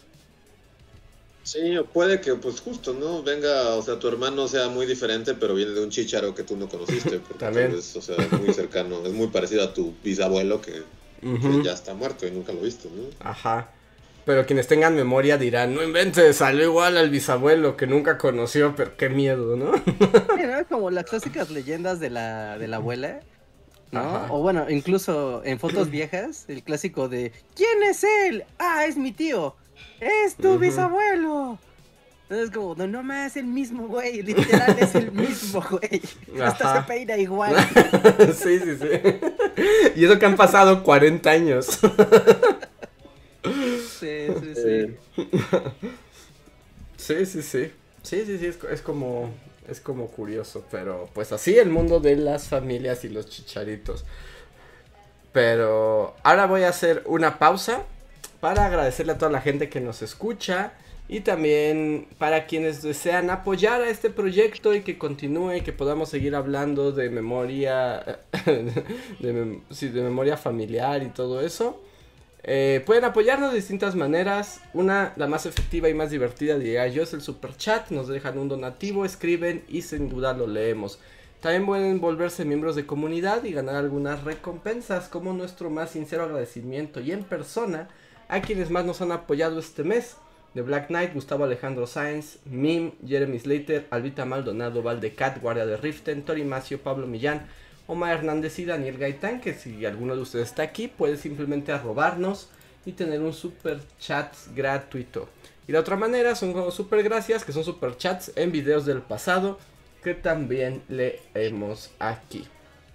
Sí, o puede que, pues justo, ¿no? Venga, o sea, tu hermano sea muy diferente, pero viene de un chícharo que tú no conociste. Porque también. Tal vez, o sea, es muy cercano, es muy parecido a tu bisabuelo que ya está muerto y nunca lo viste, ¿no? Pero quienes tengan memoria dirán, no inventes, salió igual al bisabuelo que nunca conoció, pero qué miedo, ¿no? Sí, ¿no? Como las clásicas leyendas de la abuela, ¿no? O bueno, incluso en fotos viejas, el clásico de ¿quién es él? Es mi tío. Es tu bisabuelo. Entonces como, no más el mismo güey, literal es el mismo güey. Hasta se peina igual. Sí. Y eso que han pasado 40 años. Sí. Sí, es como curioso, pero pues así el mundo de las familias y los chicharitos. Pero ahora voy a hacer una pausa para agradecerle a toda la gente que nos escucha y también para quienes desean apoyar a este proyecto y que continúe y que podamos seguir hablando de memoria, de memoria familiar y todo eso. Pueden apoyarnos de distintas maneras. La más efectiva y más divertida, diría yo, es el super chat. Nos dejan un donativo, escriben y sin duda lo leemos. También pueden volverse miembros de comunidad y ganar algunas recompensas, como nuestro más sincero agradecimiento y en persona a quienes más nos han apoyado este mes: The Black Knight, Gustavo Alejandro Sáenz, Mim, Jeremy Slater, Albita Maldonado, Valdecat, Guardia de Riften, Tori Macio, Pablo Millán, Omar Hernández y Daniel Gaitán, que si alguno de ustedes está aquí, puede simplemente arrobarnos y tener un super chat gratuito. Y la otra manera son como super gracias, que son super chats en videos del pasado, que también leemos aquí.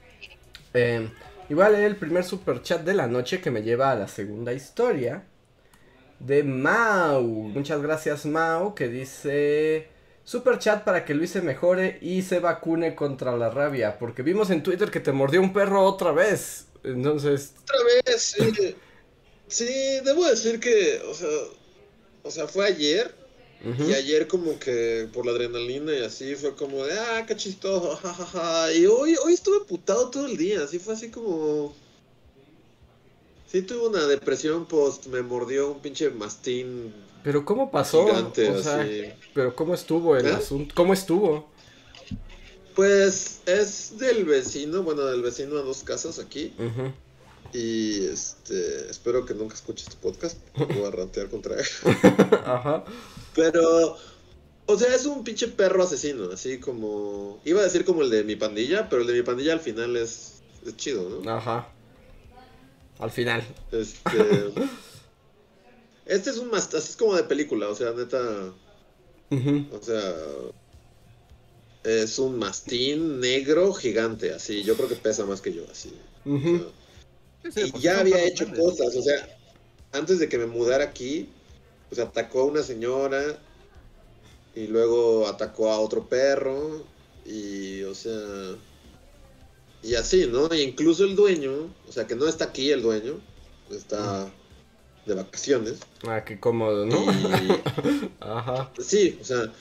Y voy a leer el primer super chat de la noche, que me lleva a la segunda historia, de Mau. Muchas gracias, Mau, que dice... Super chat para que Luis se mejore y se vacune contra la rabia, porque vimos en Twitter que te mordió un perro otra vez. Entonces... Otra vez, sí. Sí, debo decir que, o sea, fue ayer. Y ayer como que por la adrenalina y así fue como de, qué chistoso, jajaja. Y hoy estuve putado todo el día, así fue así como... Sí tuve una depresión me mordió un pinche mastín. Pero ¿cómo pasó? Gigante, o sea, así. Pero ¿cómo estuvo el asunto? ¿Cómo estuvo? Pues es del vecino a 2 casas aquí. Y espero que nunca escuche este podcast. Voy a rantear contra él. Pero, o sea, es un pinche perro asesino, así como... Iba a decir como el de mi pandilla, pero el de mi pandilla al final es chido, ¿no? Al final. Este es así es como de película, o sea, neta. O sea, Es un mastín negro gigante, así. Yo creo que pesa más que yo, así. Sí, Y ya había hecho cosas, o sea, antes de que me mudara aquí, pues atacó a una señora y luego atacó a otro perro y, o sea, y así, ¿no? E incluso el dueño, o sea, que no está aquí el dueño, está de vacaciones. Ah, qué cómodo, ¿no? Ajá. Sí, o sea,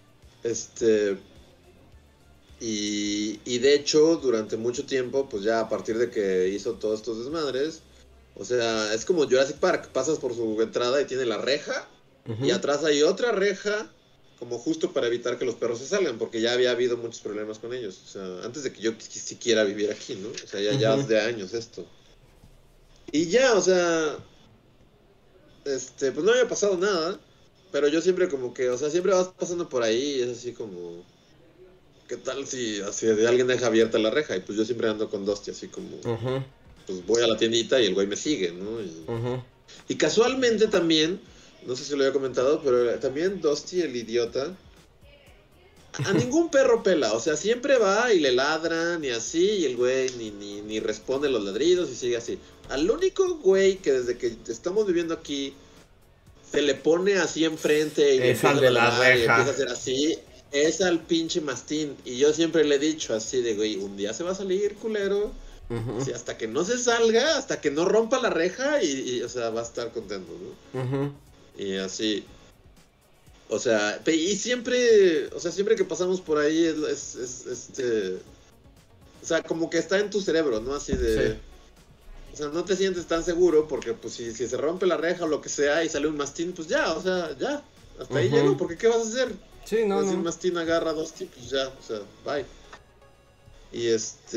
y de hecho, durante mucho tiempo, pues ya a partir de que hizo todos estos desmadres, o sea, es como Jurassic Park, pasas por su entrada y tiene la reja, y atrás hay otra reja, como justo para evitar que los perros se salgan, porque ya había habido muchos problemas con ellos, o sea, antes de que yo siquiera viviera aquí, ¿no? O sea, ya hace años esto. Y ya, o sea, pues no había pasado nada, pero yo siempre como que, o sea, siempre vas pasando por ahí y es así como... ¿Qué tal si así alguien deja abierta la reja? Y pues yo siempre ando con Dusty, así como... Pues voy a la tiendita y el güey me sigue, ¿no? Y casualmente también, no sé si lo había comentado, pero también Dusty, el idiota, a ningún perro pela. O sea, siempre va y le ladran y así, y el güey ni responde los ladridos y sigue así. Al único güey que desde que estamos viviendo aquí se le pone así enfrente y es al de la reja. Y empieza a hacer así... Es al pinche mastín. Y yo siempre le he dicho así de, güey, un día se va a salir, culero. Sí, hasta que no se salga, hasta que no rompa la reja y o sea, va a estar contento, ¿no? Y así. O sea, y siempre, o sea, siempre que pasamos por ahí es o sea, como que está en tu cerebro, ¿no? Así de... Sí. O sea, no te sientes tan seguro porque, pues, si se rompe la reja o lo que sea y sale un mastín, pues ya, o sea, ya. Hasta ahí llego, porque ¿qué vas a hacer? Sí, no, si un mastín agarra dos tipos, ya, o sea, bye. Y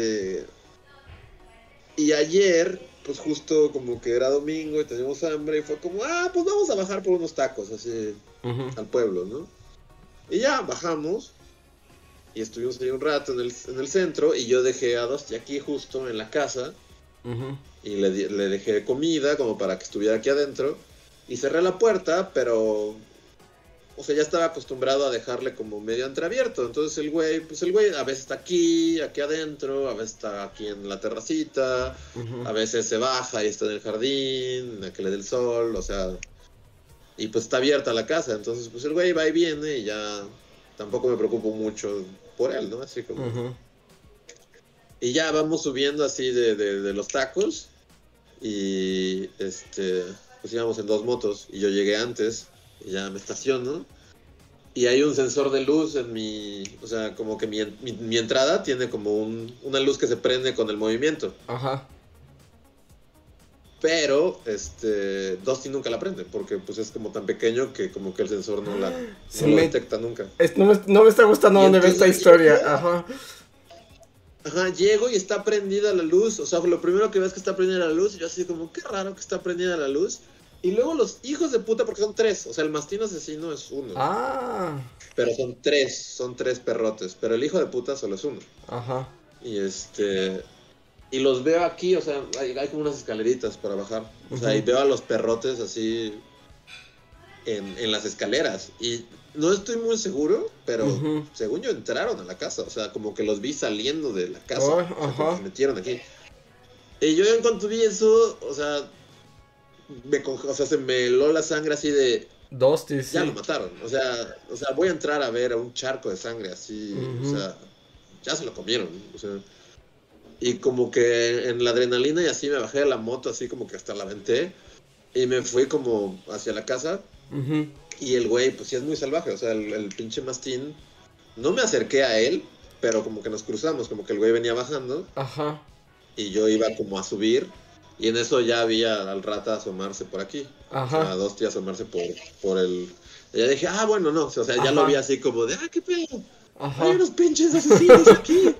y ayer, pues justo como que era domingo y teníamos hambre y fue como, pues vamos a bajar por unos tacos, así, al pueblo, ¿no? Y ya, bajamos y estuvimos ahí un rato en el centro y yo dejé a Dusty aquí justo en la casa y le dejé comida como para que estuviera aquí adentro y cerré la puerta, pero... O sea, ya estaba acostumbrado a dejarle como medio entreabierto. Entonces el güey a veces está aquí adentro, a veces está aquí en la terracita, a veces se baja y está en el jardín, a que le dé el sol, o sea... Y pues está abierta la casa, entonces pues el güey va y viene y ya tampoco me preocupo mucho por él, ¿no? Así como... Y ya vamos subiendo así de los tacos y pues íbamos en 2 motos y yo llegué antes. Y ya me estaciono y hay un sensor de luz en mi... O sea, como que mi entrada tiene como una luz que se prende con el movimiento. Pero, Dusty nunca la prende porque pues es como tan pequeño que como que el sensor no lo detecta nunca. No me está gustando dónde ve esta historia. Llego y está prendida la luz. O sea, lo primero que ves es que está prendida la luz y yo así como, qué raro que está prendida la luz. Y luego los hijos de puta, porque son 3. O sea, el mastín asesino es 1. Pero son 3 perrotes. Pero el hijo de puta solo es 1. Y los veo aquí, o sea, hay como unas escaleritas para bajar. O sea, y veo a los perrotes así en las escaleras. Y no estoy muy seguro, pero según yo entraron a la casa. O sea, como que los vi saliendo de la casa. O sea, se metieron aquí. Y yo en cuanto vi eso, o sea... se me heló la sangre así de... Dusty, sí. Ya lo mataron. O sea, voy a entrar a ver a un charco de sangre así. O sea, ya se lo comieron. O sea, y como que en la adrenalina y así me bajé de la moto, así como que hasta la aventé. Y me fui como hacia la casa. Y el güey, pues sí es muy salvaje. O sea, el pinche mastín. No me acerqué a él, pero como que nos cruzamos. Como que el güey venía bajando. Y yo iba como a subir. Y en eso ya había al rata asomarse por aquí. O sea, a Dusty asomarse por el... Y ya dije, bueno, no. O sea, ya lo vi así como de, qué pedo. Hay unos pinches asesinos aquí.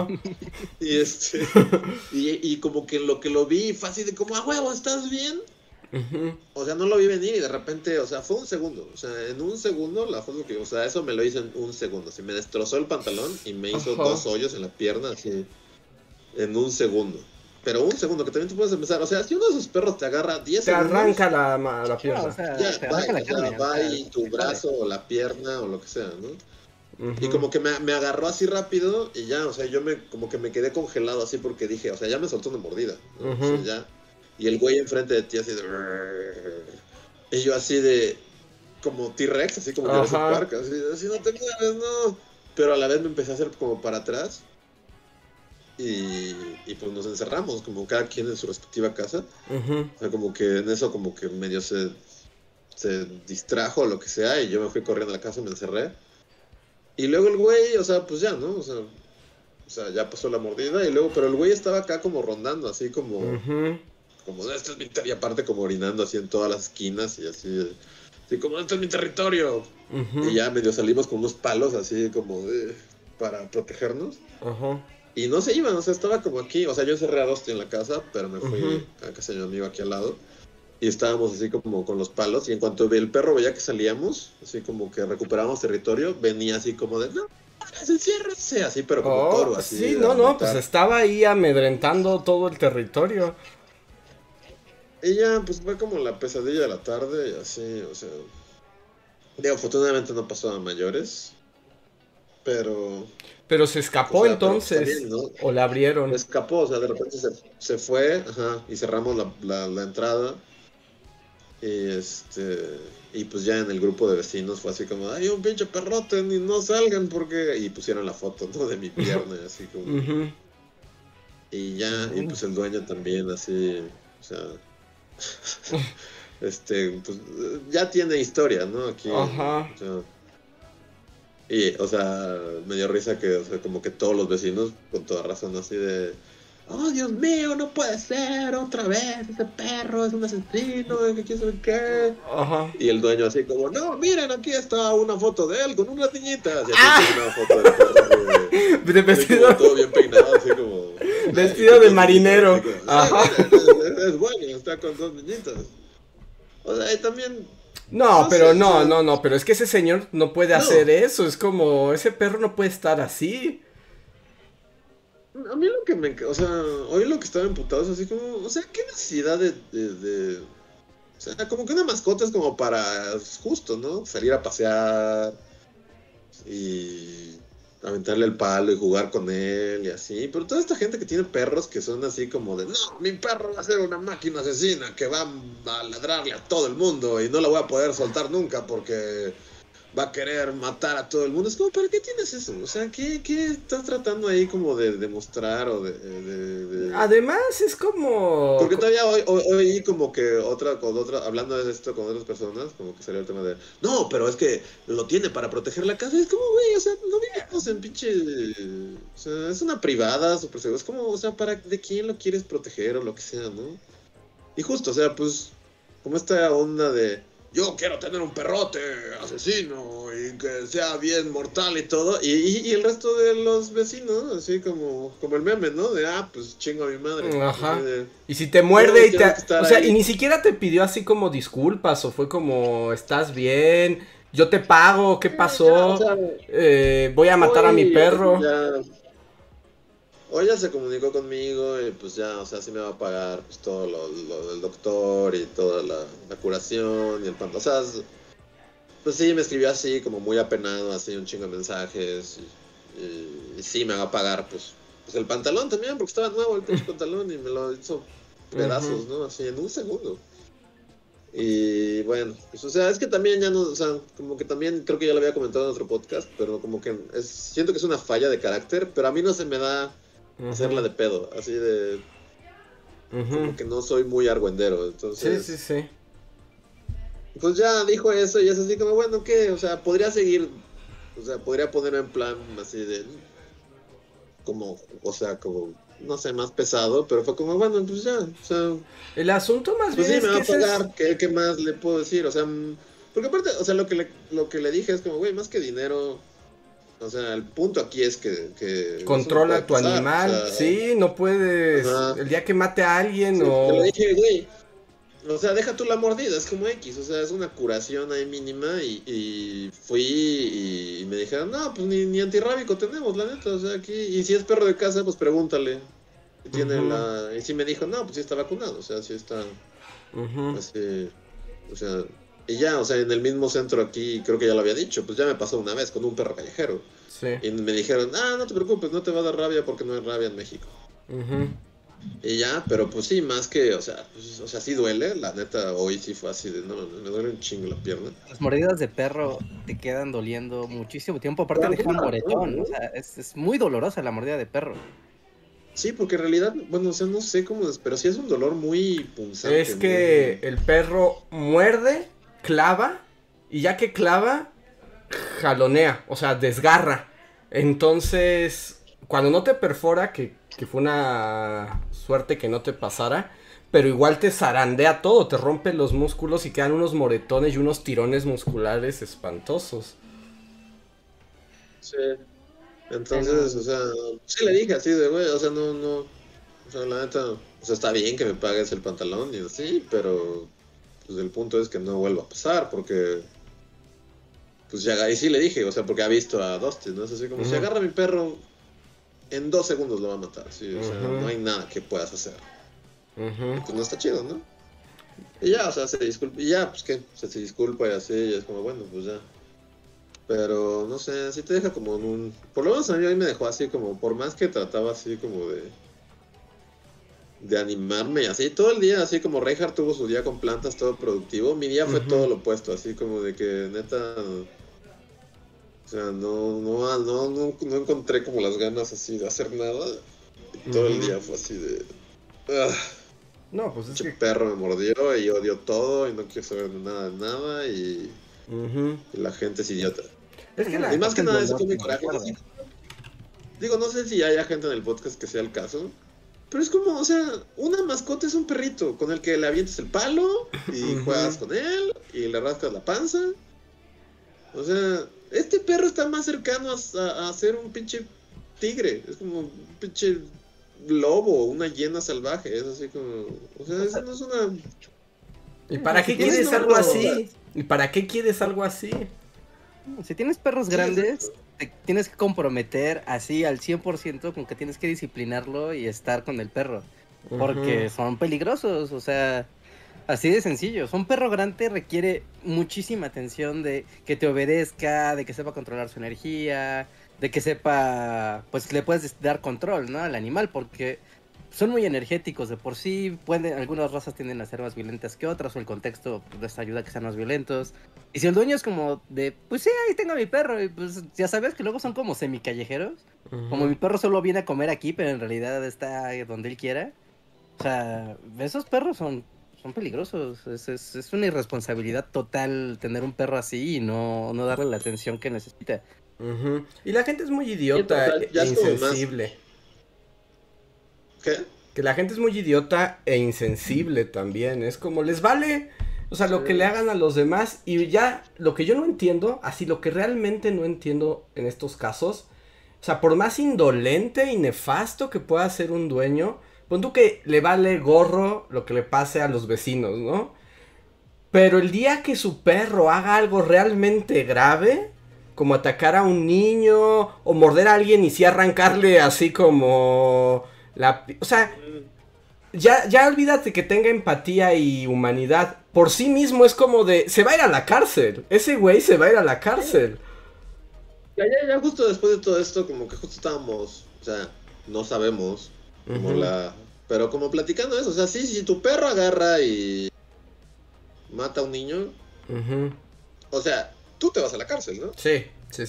Y como que lo que lo vi fue así de como, huevo, ¿estás bien? O sea, no lo vi venir y de repente, o sea, fue un segundo. O sea, en un segundo, o sea, eso me lo hizo en un segundo. Así me destrozó el pantalón y me hizo 2 hoyos en la pierna, así, en un segundo. Pero un segundo, que también te puedes empezar. O sea, si uno de esos perros te agarra 10 segundos... Te arranca la pierna. Ya, va y tu brazo o la pierna o lo que sea, ¿no? Y como que me agarró así rápido y ya, o sea, como que me quedé congelado así porque dije, o sea, ya me soltó una mordida, ¿no? O sea, ya. Y el güey enfrente de ti así de... Y yo así de... Como T-Rex, así como Jurassic Park, así no te mueves, no. Pero a la vez me empecé a hacer como para atrás. Y pues nos encerramos, como cada quien en su respectiva casa. O sea, como que en eso como que medio se distrajo o lo que sea. Y yo me fui corriendo a la casa y me encerré. Y luego el güey, o sea, pues ya, ¿no? O sea, ya pasó la mordida. Y luego, pero el güey estaba acá como rondando, así como... Como, este es mi territorio. Y aparte como orinando así en todas las esquinas y así... Así como, este es mi territorio. Y ya medio salimos con unos palos así como para protegernos. Y no se iban, o sea, estaba como aquí. O sea, yo encerré a Dusty en la casa, pero me fui a casa de mi amigo aquí al lado. Y estábamos así como con los palos. Y en cuanto el perro veía que salíamos, así como que recuperábamos territorio, venía así como de, no, enciérrense, así, pero como toro, así. Sí, no, pues estaba ahí amedrentando todo el territorio. Y ya, pues fue como la pesadilla de la tarde y así, o sea... Digo, afortunadamente no pasó a mayores, pero se escapó, o sea, entonces, bien, ¿no? O la abrieron. Se escapó, o sea, de repente se fue, y cerramos la entrada. Y pues ya en el grupo de vecinos fue así como, hay un pinche perrote, ni no salgan porque... Y pusieron la foto, ¿no? De mi pierna, así como... Y ya, y pues el dueño también, así, o sea... pues ya tiene historia, ¿no? Aquí. O sea, y, o sea, me dio risa que, o sea, como que todos los vecinos, con toda razón, así de... Oh, Dios mío, no puede ser, otra vez, ese perro es un asesino, que quién sabe qué. Y el dueño así como, no, miren, aquí está una foto de él con unas niñitas. Y así una foto del perro de vestido. Como todo bien peinado, así como... Vestido de marinero. Miren, es bueno, está con 2 niñitas. O sea, y también... No, pero no, pero es que ese señor no puede hacer eso, es como, ese perro no puede estar así. A mí lo que o sea, hoy lo que estaba emputado es así como, o sea, qué necesidad de... O sea, como que una mascota es como para, justo, ¿no? Salir a pasear y aventarle el palo y jugar con él y así. Pero toda esta gente que tiene perros que son así como de, no, mi perro va a ser una máquina asesina que va a ladrarle a todo el mundo y no la voy a poder soltar nunca porque va a querer matar a todo el mundo. Es como, ¿para qué tienes eso? O sea, ¿qué estás tratando ahí como de demostrar o de... Además es como... Porque todavía hoy como que hablando de esto con otras personas, como que salió el tema de, no, pero es que lo tiene para proteger la casa. Es como, güey, o sea, no vivimos en pinche... O sea, es una privada, súper seguro. Es como, o sea, ¿de quién lo quieres proteger o lo que sea, no? Y justo, o sea, pues, como esta onda de... Yo quiero tener un perrote asesino y que sea bien mortal y todo. Y el resto de los vecinos, así como el meme, ¿no? De, pues chingo a mi madre. Y si te muerde y te... O sea, y ni siquiera te pidió así como disculpas o fue como, ¿estás bien? Yo te pago, ¿qué pasó? Ya, o sea, voy a matar a mi perro. Hoy ya se comunicó conmigo y pues ya, o sea, sí me va a pagar pues todo lo del doctor y toda la curación y el pan. O sea, pues sí, me escribió así como muy apenado, así un chingo de mensajes y sí me va a pagar pues el pantalón también porque estaba nuevo el pinche pantalón y me lo hizo pedazos, ¿no? Así en un segundo. Y bueno, pues o sea, es que también ya no, o sea, como que también creo que ya lo había comentado en otro podcast, pero como que siento que es una falla de carácter, pero a mí no se me da hacerla de pedo, así de... Como que no soy muy argüendero, entonces... Sí. Pues ya dijo eso y es así como, bueno, ¿qué? O sea, podría seguir, o sea, podría ponerme en plan así de... Como, o sea, como, no sé, más pesado, pero fue como, bueno, pues ya, o sea... El asunto más pues bien sí, es me va a pagar, ¿qué más le puedo decir? O sea, porque aparte, o sea, lo que le dije es como, güey, más que dinero... O sea, el punto aquí es que controla no tu pasar, animal, o sea, sí, no puedes, el día que mate a alguien sí, o... Te lo dije, güey, o sea, deja tú la mordida, es como X, o sea, es una curación ahí mínima y fui y me dijeron, no, pues ni antirrábico tenemos, la neta, o sea, aquí, y si es perro de casa, pues pregúntale, tiene y si me dijo, no, pues sí está vacunado, o sea, sí está, así, o sea... Y ya, o sea, en el mismo centro aquí, creo que ya lo había dicho, pues ya me pasó una vez con un perro callejero. Sí. Y me dijeron, no te preocupes, no te va a dar rabia porque no hay rabia en México. Y ya, pero pues sí, más que, o sea, sí duele, la neta, hoy sí fue así de, no, me duele un chingo la pierna. Las mordidas de perro te quedan doliendo muchísimo tiempo, aparte deja un moretón, o sea, es muy dolorosa la mordida de perro. Sí, porque en realidad, bueno, o sea, no sé cómo es, pero sí es un dolor muy punzante. Es que el perro muerde, clava, y ya que clava, jalonea, o sea, desgarra. Entonces, cuando no te perfora, que fue una suerte que no te pasara, pero igual te zarandea todo, te rompe los músculos y quedan unos moretones y unos tirones musculares espantosos. Sí. Entonces, o sea, sí le dije así de, güey, o sea, no, o sea, la neta, o sea, está bien que me pagues el pantalón y así, pero, pues el punto es que no vuelva a pasar, porque, pues ya, y sí le dije, o sea, porque ha visto a Dustin, ¿no? Es así como, si agarra a mi perro, en 2 segundos lo va a matar, sí, o sea, no hay nada que puedas hacer. Y pues no está chido, ¿no? Y ya, o sea, se disculpa, y ya, pues que, o sea, se disculpa y así, y es como, bueno, pues ya. Pero, no sé, sí te deja como en un... Por lo menos a mí me dejó así como, por más que trataba así como de animarme y así, todo el día, así como Reinhardt tuvo su día con plantas, todo productivo, mi día fue todo lo opuesto, así como de que neta... O sea, no encontré como las ganas así de hacer nada. Y todo el día fue así de... No, pues es que... perro me mordió y odio todo y no quiero saber de nada y la gente es idiota. Es que y más que nada eso tiene coraje. Digo, no sé si haya gente en el podcast que sea el caso, pero es como, o sea, una mascota es un perrito con el que le avientas el palo y juegas con él y le rascas la panza. O sea, este perro está más cercano a ser un pinche tigre. Es como un pinche lobo, una hiena salvaje. Es así como... O sea, eso no es una... ¿Y para qué quieres algo así? ¿Y para qué quieres algo así? Si tienes perros grandes, te tienes que comprometer así al 100% con que tienes que disciplinarlo y estar con el perro. Porque son peligrosos, o sea... Así de sencillo, un perro grande requiere muchísima atención de que te obedezca, de que sepa controlar su energía, de que sepa, pues le puedes dar control, ¿no? Al animal, porque son muy energéticos de por sí, algunas razas tienden a ser más violentas que otras, o el contexto les ayuda a que sean más violentos. Y si el dueño es como de, pues sí, ahí tengo a mi perro, y pues ya sabes que luego son como semicallejeros, como mi perro solo viene a comer aquí, pero en realidad está donde él quiera. O sea, esos perros son peligrosos, es una irresponsabilidad total tener un perro así y no darle la atención que necesita. Y la gente es muy idiota e insensible. ¿Qué? Que la gente es muy idiota e insensible también, es como les vale, o sea, lo que le hagan a los demás y ya, lo que yo no entiendo, así lo que realmente no entiendo en estos casos, o sea, por más indolente y nefasto que pueda ser un dueño, pon tú que le vale gorro lo que le pase a los vecinos, ¿no? Pero el día que su perro haga algo realmente grave, como atacar a un niño o morder a alguien y sí arrancarle así como o sea, ya olvídate que tenga empatía y humanidad. Por sí mismo es como de, se va a ir a la cárcel. Ese güey se va a ir a la cárcel. Ya justo después de todo esto, como que justo estábamos, o sea, no sabemos, como pero como platicando eso, o sea, sí, si tu perro agarra y mata a un niño, o sea, tú te vas a la cárcel, ¿no? Sí,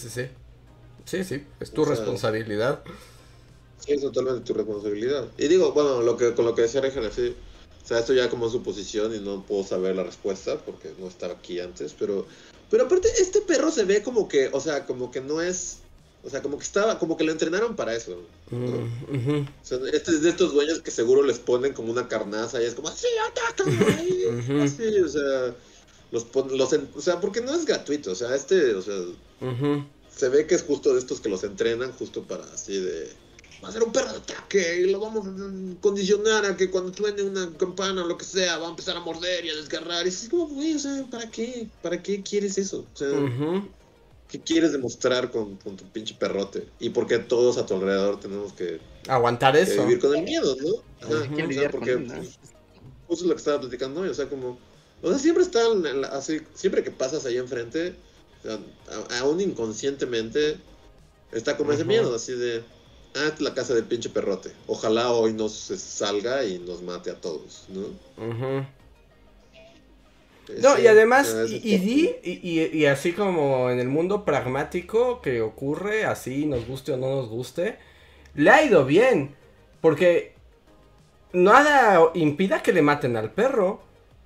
es tu responsabilidad. Sí, es totalmente tu responsabilidad. Y digo, bueno, con lo que decía Rejan, así, o sea, esto ya como suposición y no puedo saber la respuesta porque no estaba aquí antes, pero aparte este perro se ve como que, o sea, como que no es... O sea, como que lo entrenaron para eso, ¿no? O sea, este es de estos dueños que seguro les ponen como una carnaza y es como, ¡sí, atácame! Así, o sea, o sea, porque no es gratuito, o sea, o sea, se ve que es justo de estos que los entrenan justo para así de, va a ser un perro de ataque y lo vamos a condicionar a que cuando suene una campana o lo que sea, va a empezar a morder y a desgarrar. Y es como, güey, o sea, ¿para qué? ¿Para qué quieres eso? O sea... ¿Qué quieres demostrar con tu pinche perrote? Y por qué todos a tu alrededor tenemos que aguantar eso. Vivir con el miedo, ¿no? Ajá, o sea, porque justo lo que estaba platicando hoy, o sea, como O sea, siempre están, así, siempre que pasas ahí enfrente, o sea, aún inconscientemente, está como ese miedo, así de, es la casa del pinche perrote. Ojalá hoy nos salga y nos mate a todos, ¿no? No, Sí, y además, sí. y así como en el mundo pragmático que ocurre, así nos guste o no nos guste, le ha ido bien, porque nada impida que le maten al perro.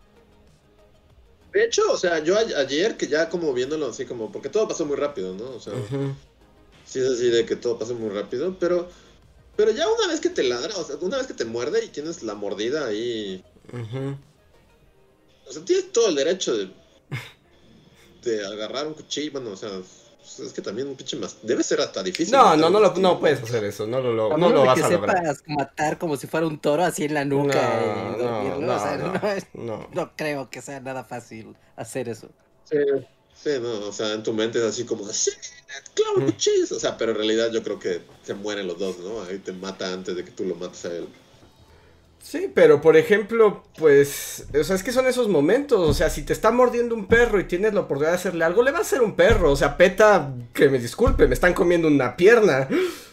De hecho, o sea, yo ayer, que ya como viéndolo así como, porque todo pasó muy rápido, ¿no? O sea, sí es así de que todo pasó muy rápido, pero ya una vez que te ladra, o sea, una vez que te muerde y tienes la mordida ahí, o sea, tienes todo el derecho de agarrar un cuchillo, bueno, o sea, es que también un pinche más, debe ser hasta difícil No, matar no, un no, mastín, no puedes hacer eso, no A no menos lo de vas que a lograr. sepas matar como si fuera un toro así en la nuca y dormirlo. O sea, No. no creo que sea nada fácil hacer eso. Sí, sí, no, o sea, en tu mente es así como, sí, claro, cuchillos, o sea, pero en realidad yo creo que se mueren los dos, ¿no? Ahí te mata antes de que tú lo mates a él. Sí, pero por ejemplo, pues, o sea, es que son esos momentos, o sea, si te está mordiendo un perro y tienes la oportunidad de hacerle algo, le va a hacer un perro, o sea, PETA, que me disculpe, me están comiendo una pierna.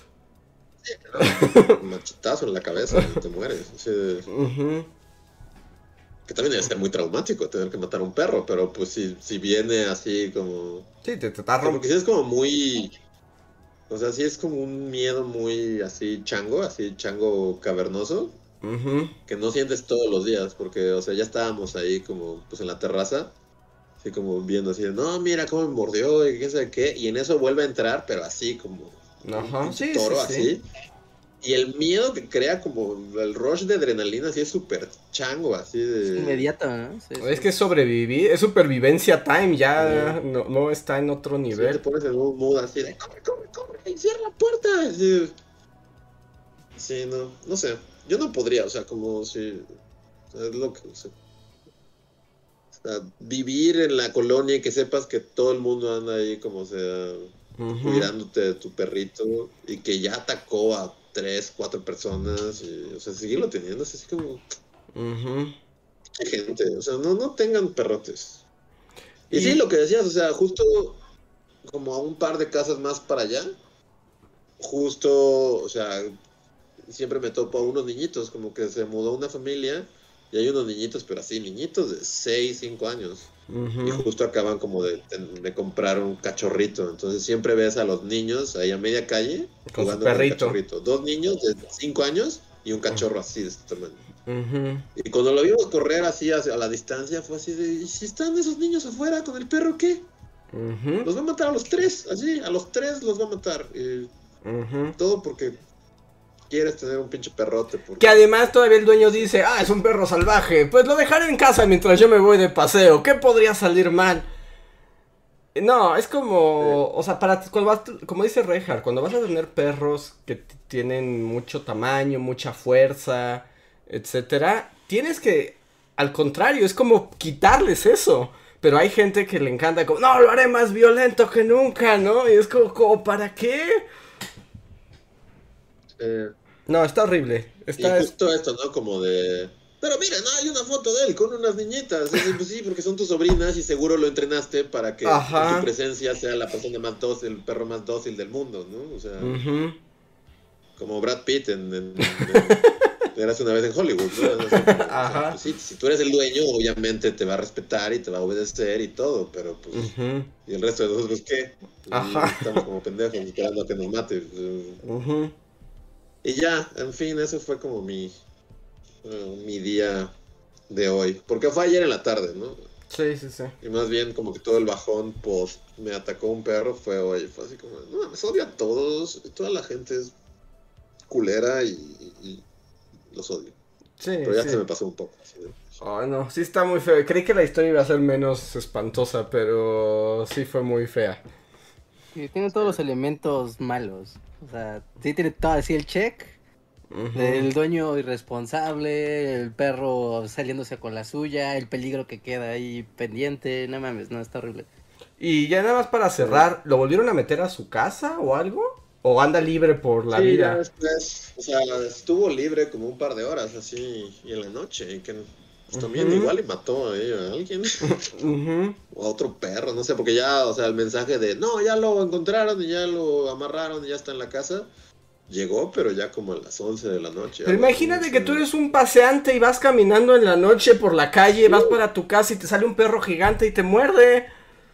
Un machetazo en la cabeza y te mueres. Así que también debe ser muy traumático tener que matar a un perro, pero pues si viene así como... Sí, te está Porque si es como muy... O sea, si es como un miedo muy así chango cavernoso, que no sientes todos los días, porque, o sea, ya estábamos ahí como, pues en la terraza, así como viendo así, no, mira cómo me mordió y qué sé qué, y en eso vuelve a entrar, pero así como un pinche sí, toro sí. así. Y el miedo que crea como el rush de adrenalina así es súper chango, así de... Es inmediato, ¿no? Sí, Es que sobrevivir, es supervivencia time, ya no está en otro Sí, te nivel. pones en un mood así de, corre, cierra la puerta. Así, sí, no sé. Yo no podría, o sea, como si... Es lo que, o sea, vivir en la colonia y que sepas que todo el mundo anda ahí como sea cuidándote de tu perrito y que ya atacó a 3, 4 personas y, o sea, seguirlo teniendo es así como gente, o sea, no tengan perrotes. Y sí, lo que decías, o sea, justo como a un par de casas más para allá, justo, o sea, siempre me topo a unos niñitos, como que se mudó una familia y hay unos niñitos, pero así, niñitos de 6, 5 años. Y justo acaban como de comprar un cachorrito. Entonces siempre ves a los niños ahí a media calle con jugando su con el perrito. cachorrito. 2 niños de 5 años y un cachorro así de este tamaño. Y cuando lo vimos correr así a la distancia, fue así de, ¿y si están esos niños afuera con el perro qué? Los va a matar a los 3, así, a los 3 los va a matar. Todo porque quieres tener un pinche perrote. Porque... Que además todavía el dueño dice, es un perro salvaje, pues lo dejaré en casa mientras yo me voy de paseo, ¿qué podría salir mal? No, es como, o sea, como dice Reinhardt, cuando vas a tener perros que tienen mucho tamaño, mucha fuerza, etcétera, tienes que, al contrario, es como quitarles eso. Pero hay gente que le encanta como, no, lo haré más violento que nunca, ¿no? Y es como ¿para qué? No, está horrible. Y justo esto, ¿no? Como de... Pero mira, no, hay una foto de él con unas niñitas. Pues sí, porque son tus sobrinas y seguro lo entrenaste para que en tu presencia sea la persona más dócil, el perro más dócil del mundo, ¿no? O sea, como Brad Pitt Eras una vez en Hollywood, ¿no? O sea, pues sí, si tú eres el dueño, obviamente te va a respetar y te va a obedecer y todo, pero pues... ¿Y el resto de nosotros qué? Estamos como pendejos esperando a que nos mate. Y ya, en fin, eso fue como mi día de hoy. Porque fue ayer en la tarde, ¿no? Sí. Y más bien como que todo el bajón post me atacó un perro fue hoy. Fue así como, no, me odio a todos. Toda la gente es culera y los odio. Sí, pero ya se me pasó un poco. ¿Sí? No, sí está muy feo. Creí que la historia iba a ser menos espantosa, pero sí fue muy fea. Sí, tiene todos los elementos malos. O sea, sí tiene todo así el check. El dueño irresponsable, el perro saliéndose con la suya, el peligro que queda ahí pendiente. No mames, no, está horrible. Y ya nada más para cerrar, ¿lo volvieron a meter a su casa o algo? ¿O anda libre por la vida? Ya después, o sea, estuvo libre como un par de horas así y en la noche. Y que pues también igual y mató a alguien. O a otro perro, no sé, porque ya, o sea, el mensaje de, no, ya lo encontraron y ya lo amarraron y ya está en la casa, llegó, pero ya como a las 11 de la noche. Pero imagínate que tú eres un paseante y vas caminando en la noche por la calle, vas para tu casa y te sale un perro gigante y te muerde.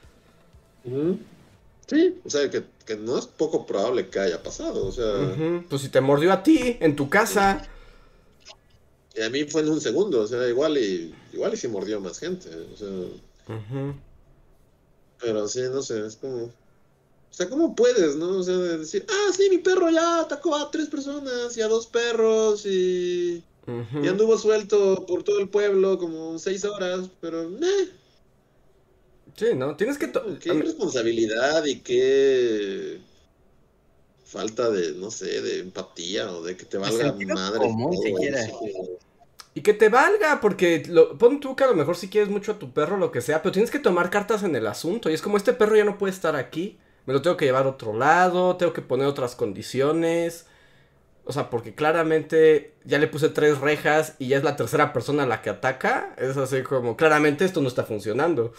Sí, o sea, que no es poco probable que haya pasado, o sea... Pues si te mordió a ti, en tu casa... Y a mí fue en un segundo, o sea, igual y sí mordió más gente, o sea... Pero sí, no sé, es como... O sea, ¿cómo puedes, no? O sea, de decir, sí, mi perro ya atacó a 3 personas y a 2 perros y anduvo suelto por todo el pueblo como 6 horas, pero... Sí, ¿no? Tienes que... Qué irresponsabilidad y qué... falta de, no sé, de empatía o de que te valga madre. Común, siquiera. Y que te valga, porque pon tú que a lo mejor si quieres mucho a tu perro, lo que sea, pero tienes que tomar cartas en el asunto. Y es como, este perro ya no puede estar aquí, me lo tengo que llevar a otro lado, tengo que poner otras condiciones. O sea, porque claramente ya le puse 3 rejas y ya es la tercera persona la que ataca. Es así como, claramente esto no está funcionando.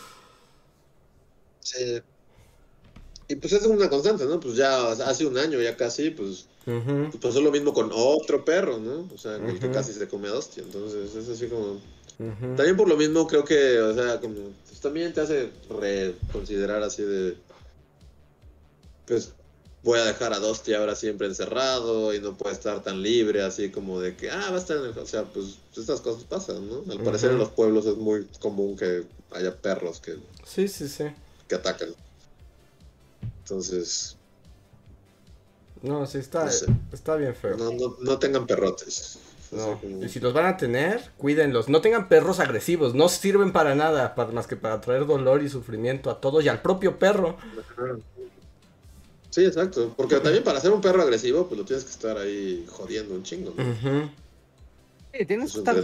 Sí. Y pues es una constante, ¿no? Pues ya hace un año ya casi, pues pasó lo mismo con otro perro, ¿no? O sea, el que casi se come a hostia. Entonces es así como... También por lo mismo creo que, o sea, como... Pues también te hace reconsiderar así de... Pues voy a dejar a Dusty ahora siempre encerrado y no puede estar tan libre, así como de que, va a estar en el... O sea, pues estas cosas pasan, ¿no? Al parecer en los pueblos es muy común que haya perros que... Sí. Que atacan. Entonces... No, sí, está bien feo. No tengan perrotes. No. Y si los van a tener, cuídenlos. No tengan perros agresivos, no sirven para nada, más que para traer dolor y sufrimiento a todos y al propio perro. Sí, exacto. Porque también para ser un perro agresivo, pues lo tienes que estar ahí jodiendo un chingo, ¿no? Sí, tienes que estar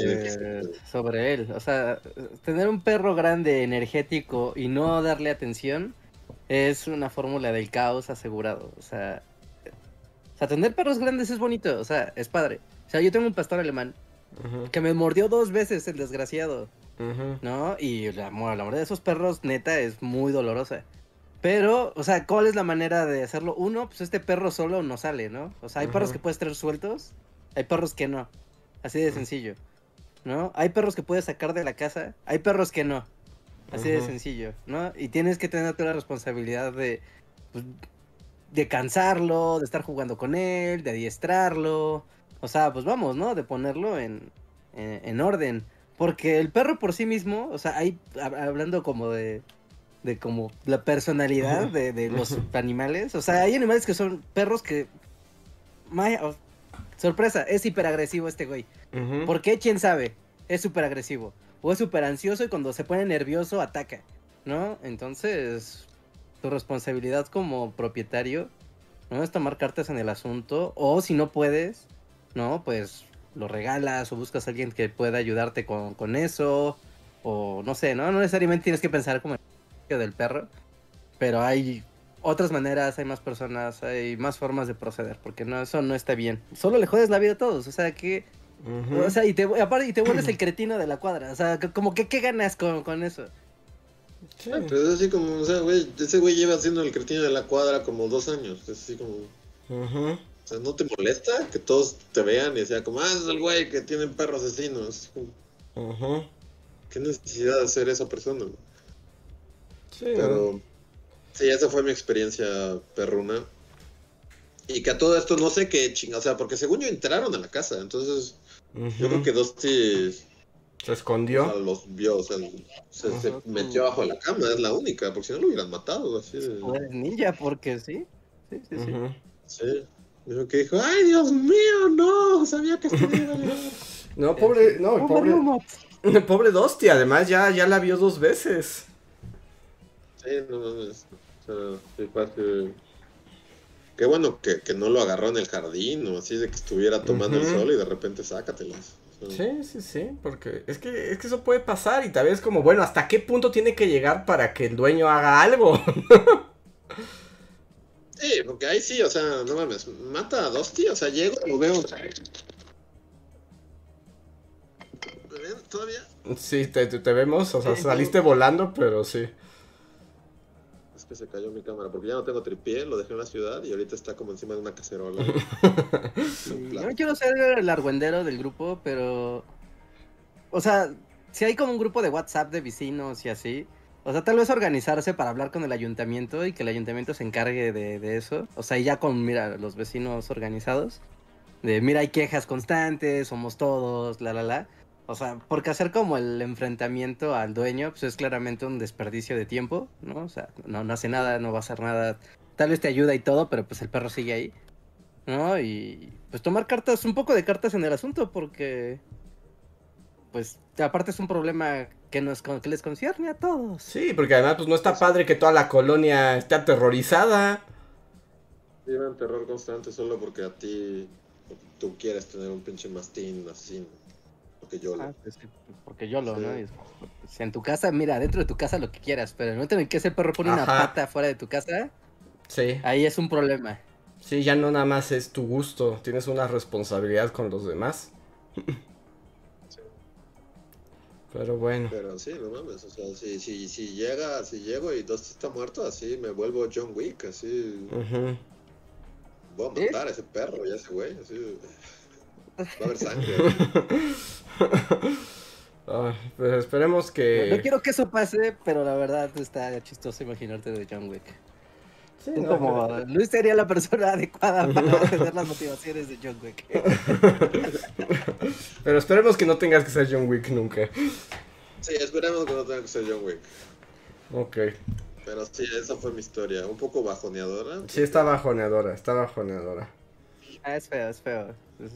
sobre él. O sea, tener un perro grande, energético y no darle atención es una fórmula del caos asegurado. O sea, tener perros grandes es bonito, o sea, es padre. O sea, yo tengo un pastor alemán que me mordió 2 veces, el desgraciado, ¿no? Y la mordida de esos perros, neta, es muy dolorosa. Pero, o sea, ¿cuál es la manera de hacerlo? Uno, pues este perro solo no sale, ¿no? O sea, hay perros que puedes traer sueltos, hay perros que no. Así de sencillo, ¿no? Hay perros que puedes sacar de la casa, hay perros que no. Así de sencillo, ¿no? Y tienes que tener toda la responsabilidad de cansarlo, de estar jugando con él, de adiestrarlo. O sea, pues vamos, ¿no? De ponerlo en orden. Porque el perro por sí mismo, o sea, hay, hablando como de como la personalidad de los animales. O sea, hay animales que son perros que... sorpresa, es hiperagresivo este güey. ¿Por qué? ¿Quién sabe? Es súper agresivo. O es súper ansioso y cuando se pone nervioso ataca, ¿no? Entonces, tu responsabilidad como propietario, ¿no? Es tomar cartas en el asunto. O si no puedes, ¿no? Pues lo regalas o buscas a alguien que pueda ayudarte con eso. O no sé, ¿no? No necesariamente tienes que pensar como en el del perro. Pero hay otras maneras, hay más personas, hay más formas de proceder. Porque no, eso no está bien. Solo le jodes la vida a todos. O sea, que... O sea, aparte, y te vuelves el cretino de la cuadra. O sea, como que ¿qué ganas con eso? Sí. Pero es así como, o sea, güey, ese güey lleva siendo el cretino de la cuadra como 2 años. Es así como... O sea, ¿no te molesta que todos te vean y sea como, es el güey que tiene perro asesino? Es como, ¿qué necesidad de ser esa persona? Sí. Pero sí, esa fue mi experiencia perruna. Y que a todo esto no sé qué chinga, o sea, porque según yo entraron a la casa, entonces yo creo que Dusty se escondió. O sea, los vio, o sea, se metió abajo de la cama, es la única, porque si no lo hubieran matado, así de... Pues ninja, porque sí. Sí. Dijo que dijo, ¡ay, Dios mío, no! Sabía que esto iba a llegar. No, pobre Dusty, además ya la vio 2 veces. Sí, no mames. O sea, sí, fue qué bueno que no lo agarró en el jardín, o así de que estuviera tomando el sol y de repente sácatelas. O sea, Sí, porque es que eso puede pasar y tal vez como, bueno, ¿hasta qué punto tiene que llegar para que el dueño haga algo? Sí, porque ahí sí, o sea, no mames, mata a Dusty, o sea, llego, lo veo, todavía? Sí, te vemos, o sea, Sí. saliste volando, pero sí. Es que se cayó mi cámara, porque ya no tengo tripié, lo dejé en la ciudad y ahorita está como encima de una cacerola. Sí, yo no quiero ser el argüendero del grupo, pero... O sea, si hay como un grupo de WhatsApp de vecinos y así, o sea, tal vez organizarse para hablar con el ayuntamiento y que el ayuntamiento se encargue de eso. O sea, y ya con, mira, los vecinos organizados. De, mira, hay quejas constantes, somos todos, la. O sea, porque hacer como el enfrentamiento al dueño, pues es claramente un desperdicio de tiempo, ¿no? O sea, no hace nada, no va a hacer nada. Tal vez te ayuda y todo, pero pues el perro sigue ahí, ¿no? Y pues tomar cartas, un poco de cartas en el asunto, porque pues aparte es un problema que que les concierne a todos. Sí, porque además pues no está padre que toda la colonia esté aterrorizada. Vive en terror constante solo porque a ti, tú quieres tener un pinche mastín así, porque yo Ah, pues, porque yo lo, Sí. ¿no? Y, pues, en tu casa, mira, dentro de tu casa lo que quieras, pero en el momento en el que ese perro pone una Ajá. pata fuera de tu casa, Sí, ahí es un problema. sí, ya no nada más es tu gusto, tienes una responsabilidad con los demás. Pero bueno. Pero sí, no mames, o sea, si llego y Dusty está muerto, así me vuelvo John Wick, así Ujú. voy a ¿Sí? matar a ese perro y a ese güey, así va a haber sangre. Pues esperemos No que... quiero que eso pase, pero la verdad está chistoso imaginarte de John Wick. Sí, Es no, como, Luis sería la persona adecuada para entender las motivaciones de John Wick. pero esperemos que no tengas que ser John Wick nunca. Sí, esperemos que no tenga que ser John Wick. Ok. Pero sí, esa fue mi historia, un poco bajoneadora. Sí, está bajoneadora, está bajoneadora. Ah, es feo, es feo.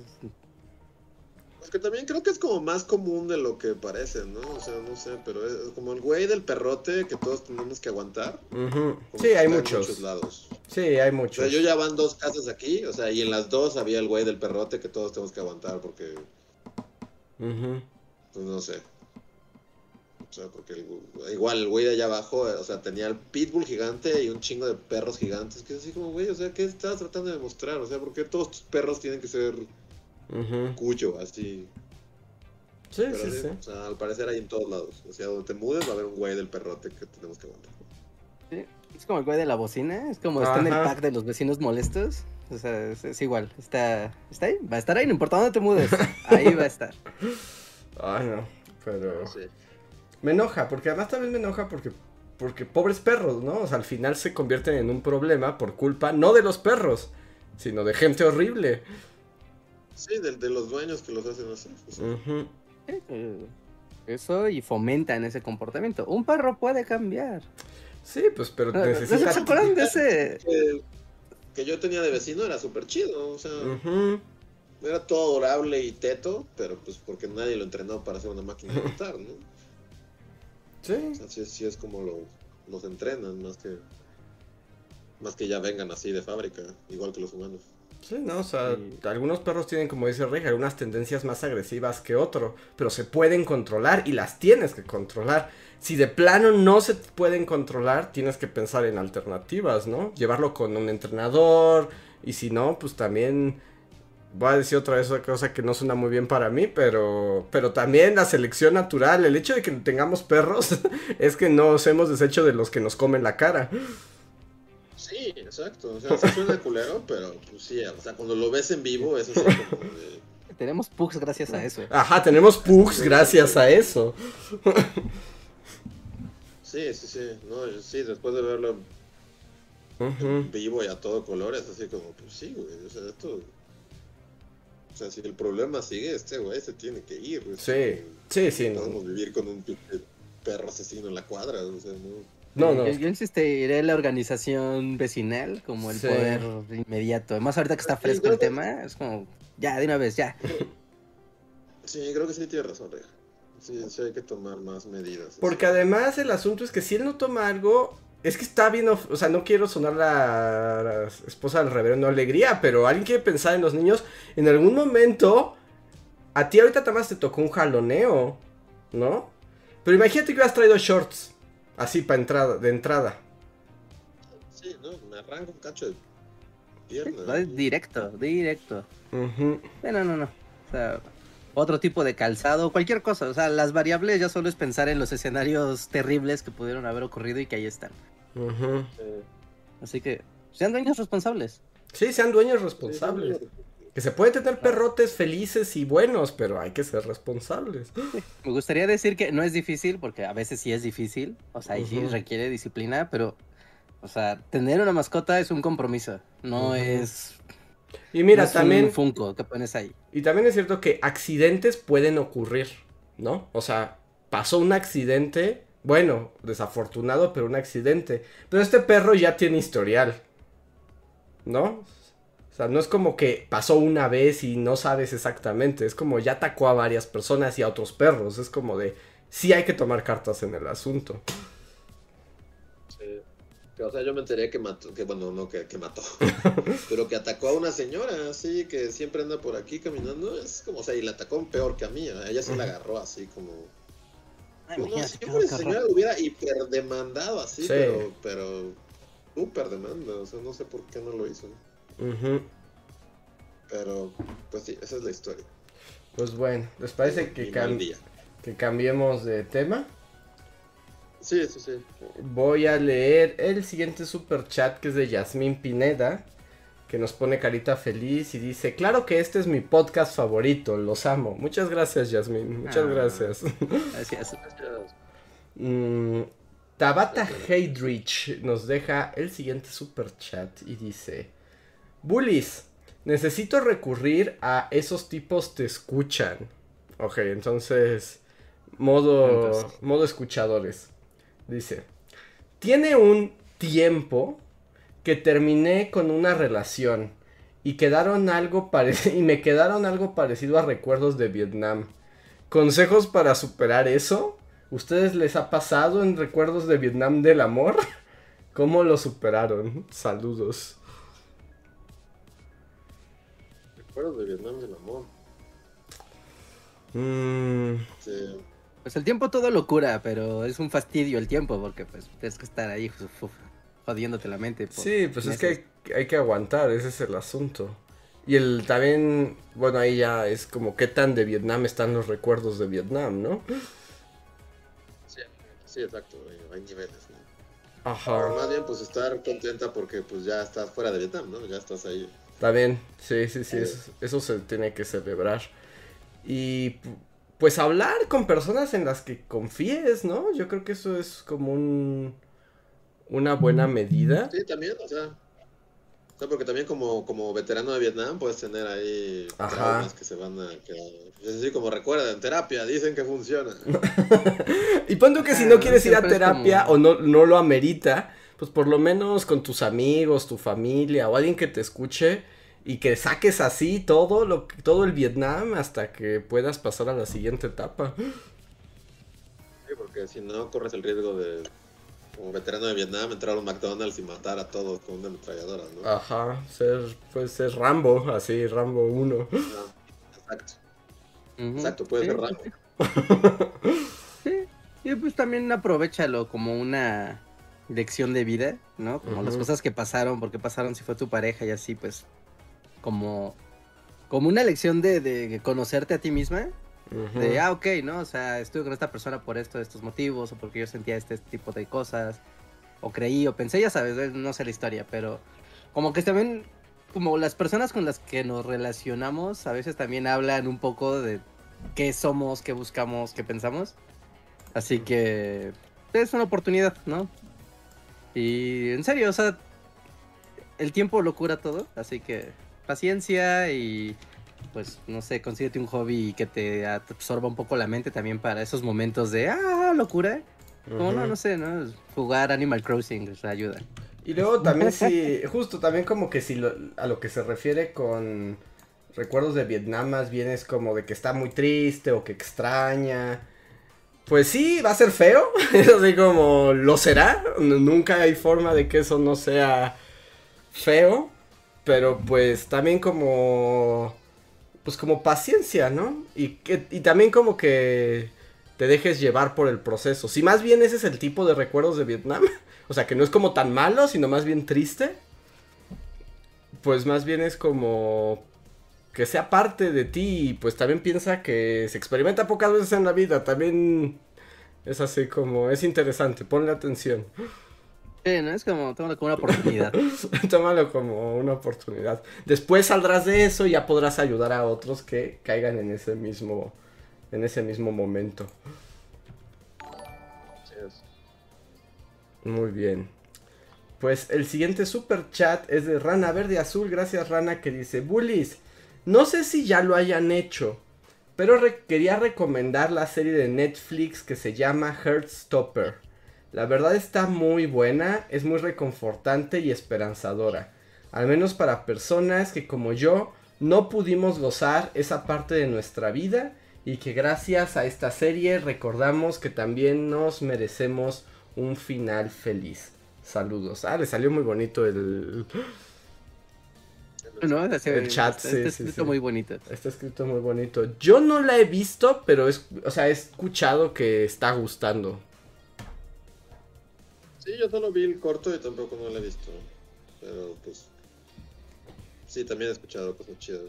Porque también creo que es como más común de lo que parece, ¿no? O sea, no sé, pero es como el güey del perrote que todos tenemos que aguantar. Ujú. Como Sí, que hay está en muchos. muchos lados. Sí, hay O muchos. sea, yo ya van 2 casas aquí, o sea, y en las 2 había el güey del perrote que todos tenemos que aguantar porque, Ujú. pues no sé. O sea, porque igual el güey de allá abajo, o sea, tenía el pitbull gigante y un chingo de perros gigantes, que es así como, güey, o sea, ¿qué estás tratando de demostrar? O sea, ¿por qué todos tus perros tienen que ser Ujú. cuyo, así? Sí, Pero sí, sí, sí. o sea, al parecer hay en todos lados. O sea, donde te mudes va a haber un güey del perrote que tenemos que aguantar. Sí, es como el güey de la bocina, es como está en el Ajá. pack de los vecinos molestos. O sea, es igual, está ahí, va a estar ahí, no importa dónde te mudes, ahí va a estar. Ay, no, pero... Sí. Me enoja, porque además también me enoja porque pobres perros, ¿no? O sea, al final se convierten en un problema por culpa no de los perros, sino de gente horrible. Sí, de los dueños que los hacen así. O sea, Ujú. Eso y fomentan ese comportamiento. Un perro puede cambiar. Sí, pues, pero ¿No necesita... se acuerdan de ese? que yo tenía de vecino era súper chido, o sea, Ujú. era todo adorable y teto, pero pues porque nadie lo entrenó para ser una máquina de matar, ¿no? Sí. O sea, sí es como los entrenan, más que ya vengan así de fábrica, igual que los humanos. Sí, no, o sea, Sí. algunos perros tienen, como dice Rey, algunas tendencias más agresivas que otro, pero se pueden controlar y las tienes que controlar. Si de plano no se pueden controlar, tienes que pensar en alternativas, ¿no? Llevarlo con un entrenador y si no, pues también voy a decir otra vez otra cosa que no suena muy bien para mí, pero también la selección natural, el hecho de que tengamos perros es que nos hemos deshecho de los que nos comen la cara. Sí, exacto, o sea, sí suena culero, pero pues sí, o sea, cuando lo ves en vivo es así como de... Tenemos pugs gracias a eso. Ajá, tenemos pugs gracias a eso. Sí, no, sí, después de verlo Ujú. vivo y a todo color, es así como, pues sí, güey, o sea, esto... O sea, si el problema sigue, este güey se tiene que ir. O sea, Sí, no no. podemos vivir con un pinche perro asesino en la cuadra, o sea, no... No. Yo insistiré en la organización vecinal como el Sí. poder inmediato. Además, ahorita que está Sí, fresco creo el que- tema, es como, ya, de una vez, ya. Sí, creo que sí tiene razón, Reja. Sí, hay que tomar más medidas. Porque además el asunto es que si él no toma algo, es que está bien, o sea, no quiero sonar la esposa del reverendo Alegría, pero alguien quiere pensar en los niños, en algún momento, a ti ahorita nada más te tocó un jaloneo, ¿no? Pero imagínate que hubieras traído shorts, así de entrada. Sí, no, me arranco un cacho de pierna. Va directo. Ujú. No. O sea, otro tipo de calzado, cualquier cosa. O sea, las variables ya solo es pensar en los escenarios terribles que pudieron haber ocurrido y que ahí están. Así que sean dueños responsables. Sí, sean dueños responsables. Que se puede tener perrotes felices y buenos, pero hay que ser responsables. Me gustaría decir que no es difícil, porque a veces sí es difícil. O sea, y sí requiere disciplina, pero, o sea, tener una mascota es un compromiso. No es... Y mira, no es también... un Funko que pones ahí. Y también es cierto que accidentes pueden ocurrir, ¿no? O sea, pasó un accidente, bueno, desafortunado, pero un accidente. Pero este perro ya tiene historial, ¿no? O sea, no es como que pasó una vez y no sabes exactamente. Es como ya atacó a varias personas y a otros perros. Es como de, sí hay que tomar cartas en el asunto. Sí. O sea, yo me enteré que mató, que bueno, no que mató, pero que atacó a una señora, así, que siempre anda por aquí caminando. Es como, o sea, y la atacó peor que a mí. A ella sí la agarró así como... Ay, no, siempre esa señora lo hubiera hiperdemandado así, sí. pero súper demanda. O sea, no sé por qué no lo hizo. Pero, pues sí, esa es la historia. Pues bueno, ¿les parece que cambiemos de tema? Sí. Voy a leer el siguiente super chat, que es de Yasmín Pineda, que nos pone carita feliz y dice: claro que este es mi podcast favorito, los amo. Muchas gracias, Yasmín, muchas gracias. Gracias. Tabata Heydrich nos deja el siguiente super chat y dice: Bullies, necesito recurrir a esos tipos te escuchan. Ok, entonces modo escuchadores. Dice: tiene un tiempo que terminé con una relación y me quedaron algo parecido a recuerdos de Vietnam. ¿Consejos para superar eso? ¿Ustedes les ha pasado en recuerdos de Vietnam del amor? ¿Cómo lo superaron? Saludos. Recuerdos de Vietnam del amor. Sí. Pues el tiempo todo lo cura, pero es un fastidio el tiempo, porque pues tienes que estar ahí jodiéndote la mente. Sí, pues meses. Es que hay que aguantar, ese es el asunto. Y también, bueno, ahí ya es como qué tan de Vietnam están los recuerdos de Vietnam, ¿no? Sí, exacto, hay niveles, ¿no? Ajá. Pero más bien pues estar contenta porque pues ya estás fuera de Vietnam, ¿no? Ya estás ahí. Está bien, sí, eso se tiene que celebrar. Y pues hablar con personas en las que confíes, ¿no? Yo creo que eso es como una buena medida. Sí, también, o sea, porque también como veterano de Vietnam puedes tener ahí traumas que se van a... es decir, como recuerda, en terapia dicen que funciona. Y ponte que si no quieres ir a terapia o no lo amerita, pues por lo menos con tus amigos, tu familia o alguien que te escuche y que saques así todo el Vietnam hasta que puedas pasar a la siguiente etapa. Sí, porque si no corres el riesgo de, como veterano de Vietnam, entrar a un McDonald's y matar a todos con una ametralladora, ¿no? Ajá, ser Rambo, así, Rambo 1. Exacto. Exacto, puede ser Rambo. Sí, y pues también aprovechalo como una lección de vida, ¿no? Como las cosas que pasaron, por qué pasaron, si fue tu pareja y así, pues como una lección de conocerte a ti misma. De, ok, ¿no? O sea, estuve con esta persona por estos motivos, o porque yo sentía este tipo de cosas, o creí, o pensé, ya sabes, no sé la historia, pero como que también, como las personas con las que nos relacionamos, a veces también hablan un poco de qué somos, qué buscamos, qué pensamos. Así que es una oportunidad, ¿no? Y en serio, o sea, el tiempo lo cura todo, así que paciencia y pues no sé, consíguete un hobby que te absorba un poco la mente también para esos momentos de locura. Como no sé, ¿no? Jugar Animal Crossing les ayuda. Y luego también justo también como que a lo que se refiere con recuerdos de Vietnam más bien es como de que está muy triste o que extraña. Pues sí, va a ser feo, es así como lo será, nunca hay forma de que eso no sea feo, pero pues también como paciencia, ¿no? Y también como que te dejes llevar por el proceso. Si más bien ese es el tipo de recuerdos de Vietnam, o sea que no es como tan malo, sino más bien triste, pues más bien es como que sea parte de ti y pues también piensa que se experimenta pocas veces en la vida, también es así como, es interesante, ponle atención. Sí, ¿no? Es como, tómalo como una oportunidad. Tómalo como una oportunidad. Después saldrás de eso y ya podrás ayudar a otros que caigan en ese mismo momento. Sí, Muy bien. Pues el siguiente super chat es de Rana Verde Azul. Gracias, Rana, que dice: Bullies, no sé si ya lo hayan hecho, pero quería recomendar la serie de Netflix que se llama Heartstopper. La verdad está muy buena, es muy reconfortante y esperanzadora. Al menos para personas que como yo no pudimos gozar esa parte de nuestra vida y que gracias a esta serie recordamos que también nos merecemos un final feliz. Saludos. Le salió muy bonito el ¿No? el chat. Está Sí, escrito sí. muy bonito. Está escrito muy bonito. Yo no la he visto, pero he escuchado que está gustando. Sí, yo solo vi el corto y tampoco no lo he visto. Pero pues. Sí, también he escuchado cosas chidas.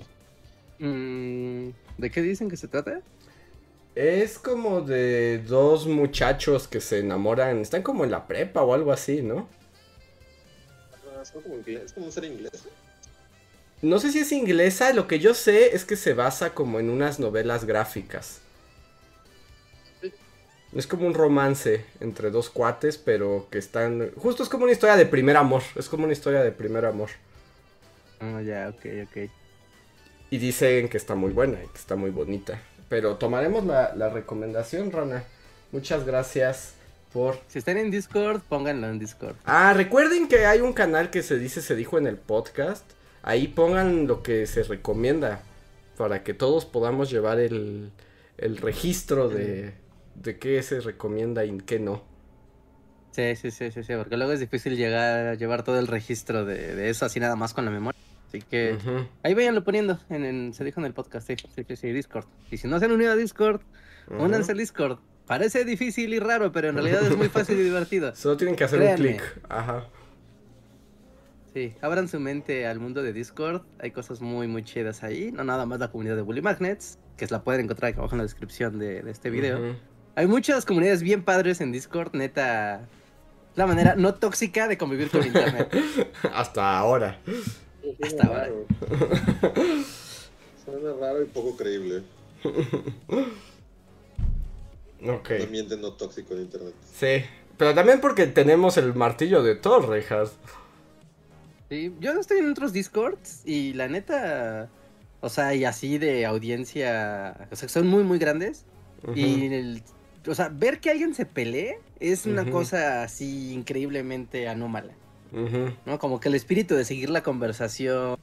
¿De qué dicen que se trata? Es como de dos muchachos que se enamoran. Están como en la prepa o algo así, ¿no? Es como inglés, es como ser inglés. No sé si es inglesa. Lo que yo sé es que se basa como en unas novelas gráficas. Sí. Es como un romance entre dos cuates, pero que están... Justo es como una historia de primer amor. Es como una historia de primer amor. Ya, ok. Y dicen que está muy buena y que está muy bonita. Pero tomaremos la recomendación, Rana. Muchas gracias por... Si están en Discord, pónganlo en Discord. Recuerden que hay un canal que se dijo en el podcast. Ahí pongan lo que se recomienda. Para que todos podamos llevar el registro de qué se recomienda y qué no. Sí, porque luego es difícil llevar todo el registro de eso así nada más con la memoria. Así que ahí váyanlo poniendo, se dijo en el podcast, sí, Discord. Y si no se han unido a Discord, únanse al Discord. Parece difícil y raro, pero en realidad es muy fácil y divertido. Solo tienen que hacer Créanme. un clic. Ajá. Sí, abran su mente al mundo de Discord. Hay cosas muy, muy chidas ahí. No nada más la comunidad de Bully Magnets, que la pueden encontrar aquí abajo en la descripción de este video. Hay muchas comunidades bien padres en Discord, neta. La manera no tóxica de convivir con internet. Hasta ahora. Hasta ahora. Suena raro y poco creíble. Ok. Un ambiente no tóxico en internet. Sí. Pero también porque tenemos el martillo de Thor, Rejas. Sí, yo estoy en otros Discords y la neta, o sea, y así de audiencia, o sea, son muy, muy grandes. Y o sea, ver que alguien se pelee es una cosa así increíblemente anómala. ¿No? Como que el espíritu de seguir la conversación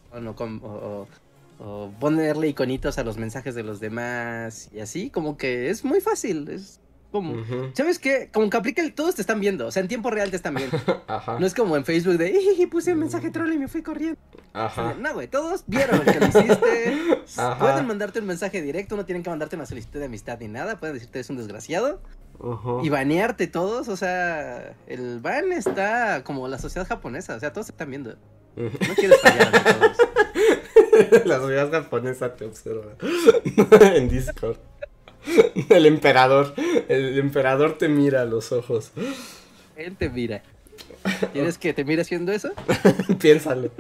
o ponerle iconitos a los mensajes de los demás y así, como que es muy fácil, es como, ¿sabes qué? Como que aplica todos te están viendo, o sea, en tiempo real te están viendo. Ajá. No es como en Facebook de, puse un mensaje troll y me fui corriendo. Ajá. No, güey, todos vieron que lo hiciste. Ajá. Pueden mandarte un mensaje directo, no tienen que mandarte una solicitud de amistad ni nada, pueden decirte es un desgraciado. Y banearte todos, o sea, el ban está como la sociedad japonesa, o sea, todos te están viendo. No quieres fallar a todos. La sociedad japonesa te observa en Discord. El emperador te mira a los ojos. Él te mira. ¿Quieres que te mire haciendo eso? Piénsalo.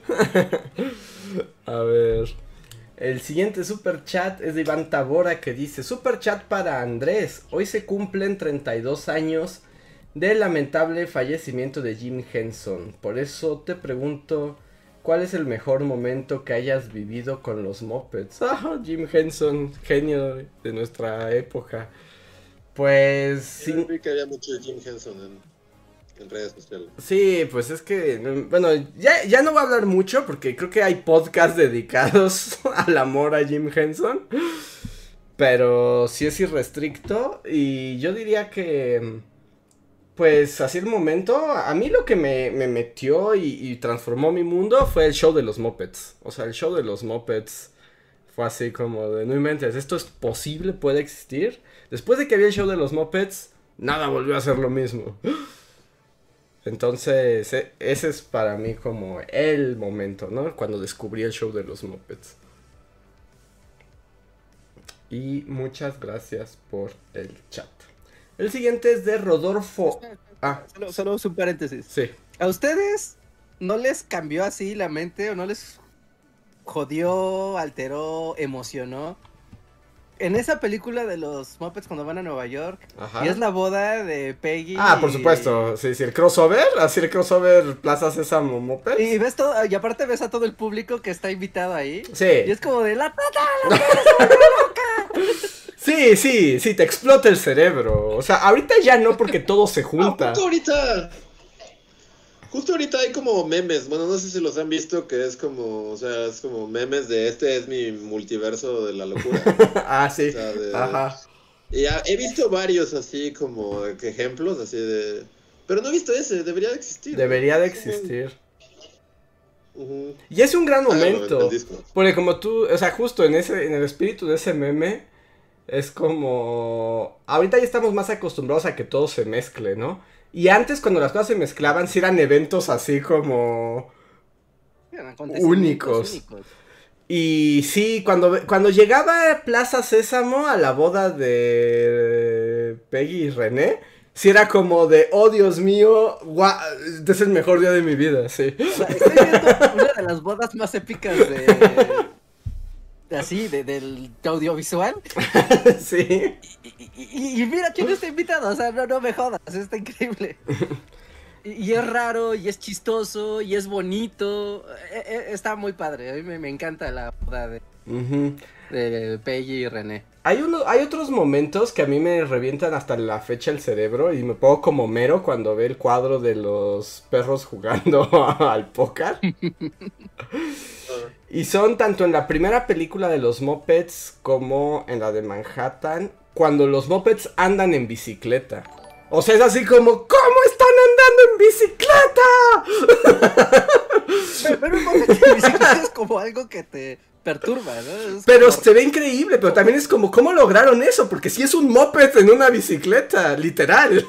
A ver. El siguiente super chat es de Iván Tabora que dice: super chat para Andrés. Hoy se cumplen 32 años del lamentable fallecimiento de Jim Henson. Por eso te pregunto, ¿cuál es el mejor momento que hayas vivido con los Muppets? Jim Henson, genio de nuestra época. Pues sí. Vi que había mucho de Jim Henson en redes sociales. Sí, pues es que, bueno, ya no voy a hablar mucho porque creo que hay podcasts dedicados al amor a Jim Henson. Pero sí es irrestricto y yo diría que, pues así el momento, a mí lo que me metió y transformó mi mundo fue el show de los Muppets. O sea, el show de los Muppets fue así como de, no inventes, esto es posible, puede existir. Después de que vi el show de los Muppets, nada volvió a ser lo mismo. Entonces, ese es para mí como el momento, ¿no? Cuando descubrí el show de los Muppets. Y muchas gracias por el chat. El siguiente es de Rodolfo. Solo un paréntesis. Sí. ¿A ustedes no les cambió así la mente o no les jodió, alteró, emocionó? En esa película de los Muppets cuando van a Nueva York, Ajá. y es la boda de Peggy. Por supuesto, sí, el crossover, así el crossover Plaza Sésamo Muppets. Y ves todo, y aparte ves a todo el público que está invitado ahí. Sí. Y es como de la loca. Sí, te explota el cerebro. O sea, ahorita ya no porque todo se junta. Justo ahorita hay como memes, bueno, no sé si los han visto, que es como, o sea, es como memes de este es mi multiverso de la locura. Sí, o sea, ajá. Y he visto varios así como ejemplos, así de... Pero no he visto ese, debería de existir. Debería de existir. Y es un gran momento, porque como tú, o sea, justo en el espíritu de ese meme, es como... Ahorita ya estamos más acostumbrados a que todo se mezcle, ¿no? Y antes cuando las cosas se mezclaban sí eran eventos así como... únicos. Y sí, cuando llegaba Plaza Sésamo a la boda de Peggy y René, sí era como de, oh Dios mío, guau, este es el mejor día de mi vida, sí. O sea, estoy viendo una de las bodas más épicas del audiovisual. Sí. Y mira quién está invitado, o sea, no me jodas, está increíble. Y es raro, y es chistoso, y es bonito, está muy padre, a mí me encanta la boda de Peggy y René. Hay otros momentos que a mí me revientan hasta la fecha el cerebro y me pongo como mero cuando ve el cuadro de los perros jugando al póker. Y son tanto en la primera película de los Muppets como en la de Manhattan, cuando los Muppets andan en bicicleta. O sea, es así como, ¿cómo están andando en bicicleta? Pero un Muppet en bicicleta es como algo que te perturba, ¿no? Pero se ve increíble, pero también es como, ¿cómo lograron eso? Porque sí es un Muppet en una bicicleta, literal.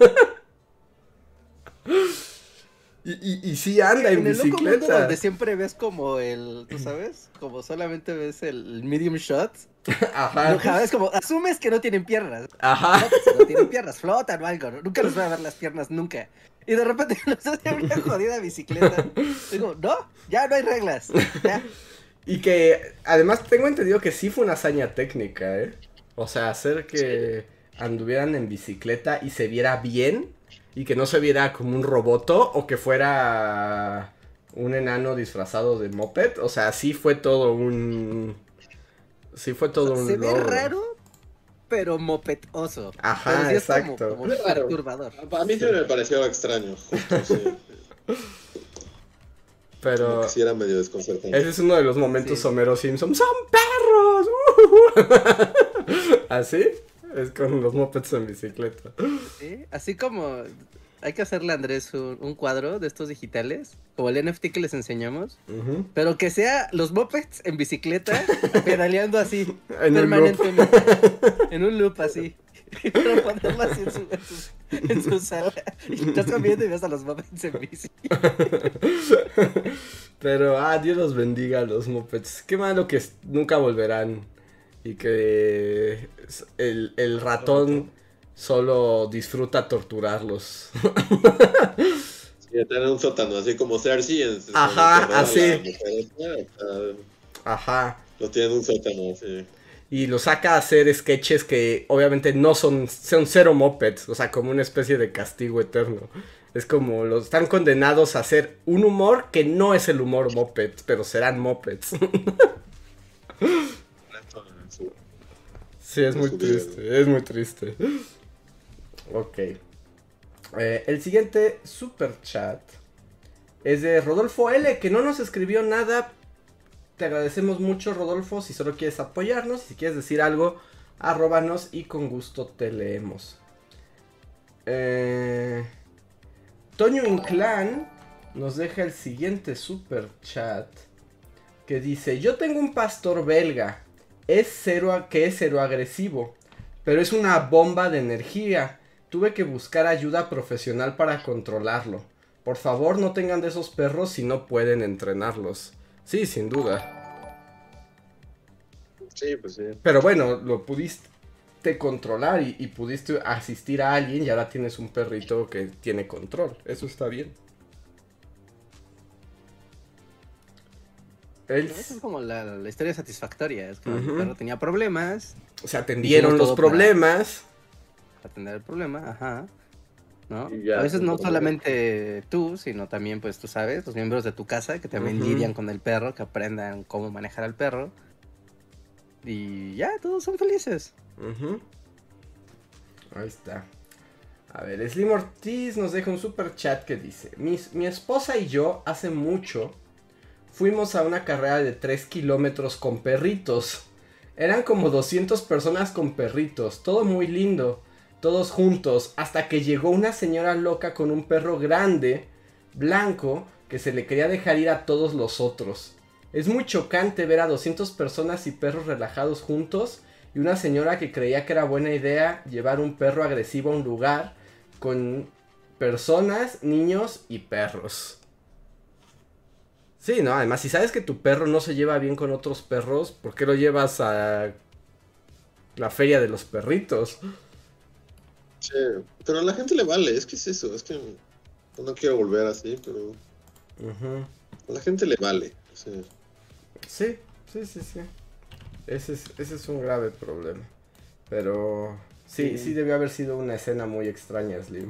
Y sí anda en bicicleta. En el loco mundo donde siempre ves como ¿tú sabes? Como solamente ves el medium shot. Ajá. No, es como, asumes que no tienen piernas. Ajá. No tienen piernas, flotan o algo, ¿no? Nunca les voy a ver las piernas, nunca. Y de repente los hace una jodida bicicleta. Digo, no, ya no hay reglas. Ya. Y que, además, tengo entendido que sí fue una hazaña técnica, ¿eh? O sea, hacer que anduvieran en bicicleta y se viera bien. Y que no se viera como un roboto o que fuera un enano disfrazado de moped. O sea, sí fue todo un... Sí fue todo un se ve logro. raro, pero mopetoso. Ajá, pero sí exacto. como perturbador. A mí sí me pareció extraño, justo, sí. Pero... Sí era medio desconcertante. Ese es uno de los momentos Homero Simpson. ¡Son perros! ¿Así? Es con los mopeds en bicicleta. Sí, así como hay que hacerle a Andrés un cuadro de estos digitales, como el NFT que les enseñamos, pero que sea los mopeds en bicicleta, pedaleando así, permanentemente, en un loop así, para ponerlo así en su sala, y estás comiendo y ves a los mopeds en bici. Pero, Dios los bendiga a los mopeds. Qué malo que nunca volverán. Y que el ratón solo disfruta torturarlos. Sí, están en un sótano, así como Cersei. Ajá, así. Ajá. Lo tienen en un sótano, sí. Y lo saca a hacer sketches que obviamente son cero mopeds. O sea, como una especie de castigo eterno. Es como los están condenados a hacer un humor que no es el humor moped, pero serán mopeds. Sí, es muy triste, es muy triste. Ok. El siguiente super chat es de Rodolfo L, que no nos escribió nada. Te agradecemos mucho, Rodolfo. Si solo quieres apoyarnos, si quieres decir algo, arróbanos y con gusto te leemos. Toño Inclán nos deja el siguiente super chat que dice: yo tengo un pastor belga. Es cero agresivo, pero es una bomba de energía. Tuve que buscar ayuda profesional para controlarlo. Por favor, no tengan de esos perros si no pueden entrenarlos. Sí, sin duda. Sí, pues sí. Pero bueno, lo pudiste controlar y pudiste asistir a alguien y ahora tienes un perrito que tiene control. Eso está bien. Esa es como la historia satisfactoria. Es que el perro tenía problemas. Se atendieron los problemas. Para atender el problema, ajá. ¿No? Ya, a veces no solamente tú, sino también, pues tú sabes, los miembros de tu casa que también lidian con el perro, que aprendan cómo manejar al perro. Y ya, todos son felices. Ahí está. A ver, Slim Ortiz nos deja un super chat que dice: mi esposa y yo hace mucho fuimos a una carrera de 3 kilómetros con perritos. Eran como 200 personas con perritos, todo muy lindo, todos juntos, hasta que llegó una señora loca con un perro grande, blanco, que se le quería dejar ir a todos los otros. Es muy chocante ver a 200 personas y perros relajados juntos, y una señora que creía que era buena idea llevar un perro agresivo a un lugar con personas, niños y perros. Sí, no, además si sabes que tu perro no se lleva bien con otros perros, ¿por qué lo llevas a la feria de los perritos? Sí, pero a la gente le vale, es que es eso, es que no quiero volver así, pero a la gente le vale. Sí. Sí. Ese es un grave problema. Pero sí debió haber sido una escena muy extraña, Slim.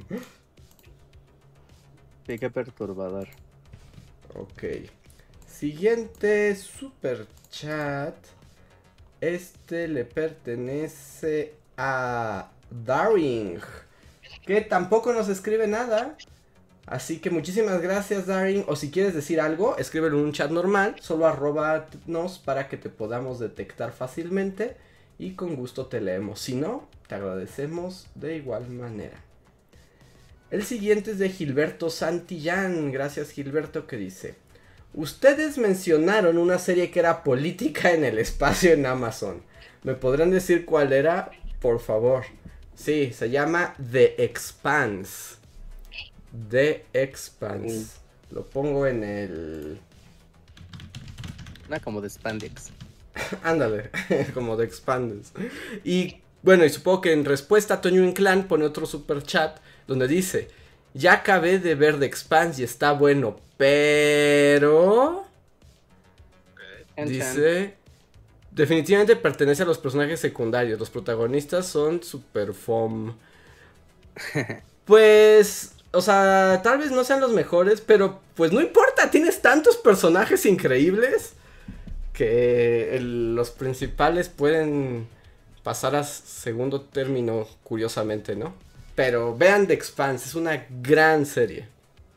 Sí, qué perturbador. Ok. Siguiente super chat. Este le pertenece a Daring, que tampoco nos escribe nada. Así que muchísimas gracias, Daring. O si quieres decir algo, escríbelo en un chat normal. Solo arróbanos para que te podamos detectar fácilmente. Y con gusto te leemos. Si no, te agradecemos de igual manera. El siguiente es de Gilberto Santillán. Gracias, Gilberto, que dice: ustedes mencionaron una serie que era política en el espacio en Amazon. ¿Me podrán decir cuál era? Por favor. Sí, se llama The Expanse. The Expanse. Lo pongo en el... Una como de spandex. Ándale, como The Expanse. Y bueno, y supongo que en respuesta Toño Inclán pone otro super chat donde dice: ya acabé de ver The Expanse y está bueno, pero... dice: definitivamente pertenece a los personajes secundarios. Los protagonistas son super fome. Pues... o sea, tal vez no sean los mejores, pero pues no importa, tienes tantos personajes increíbles que los principales pueden pasar a segundo término, curiosamente, ¿no? Pero vean The Expanse, es una gran serie.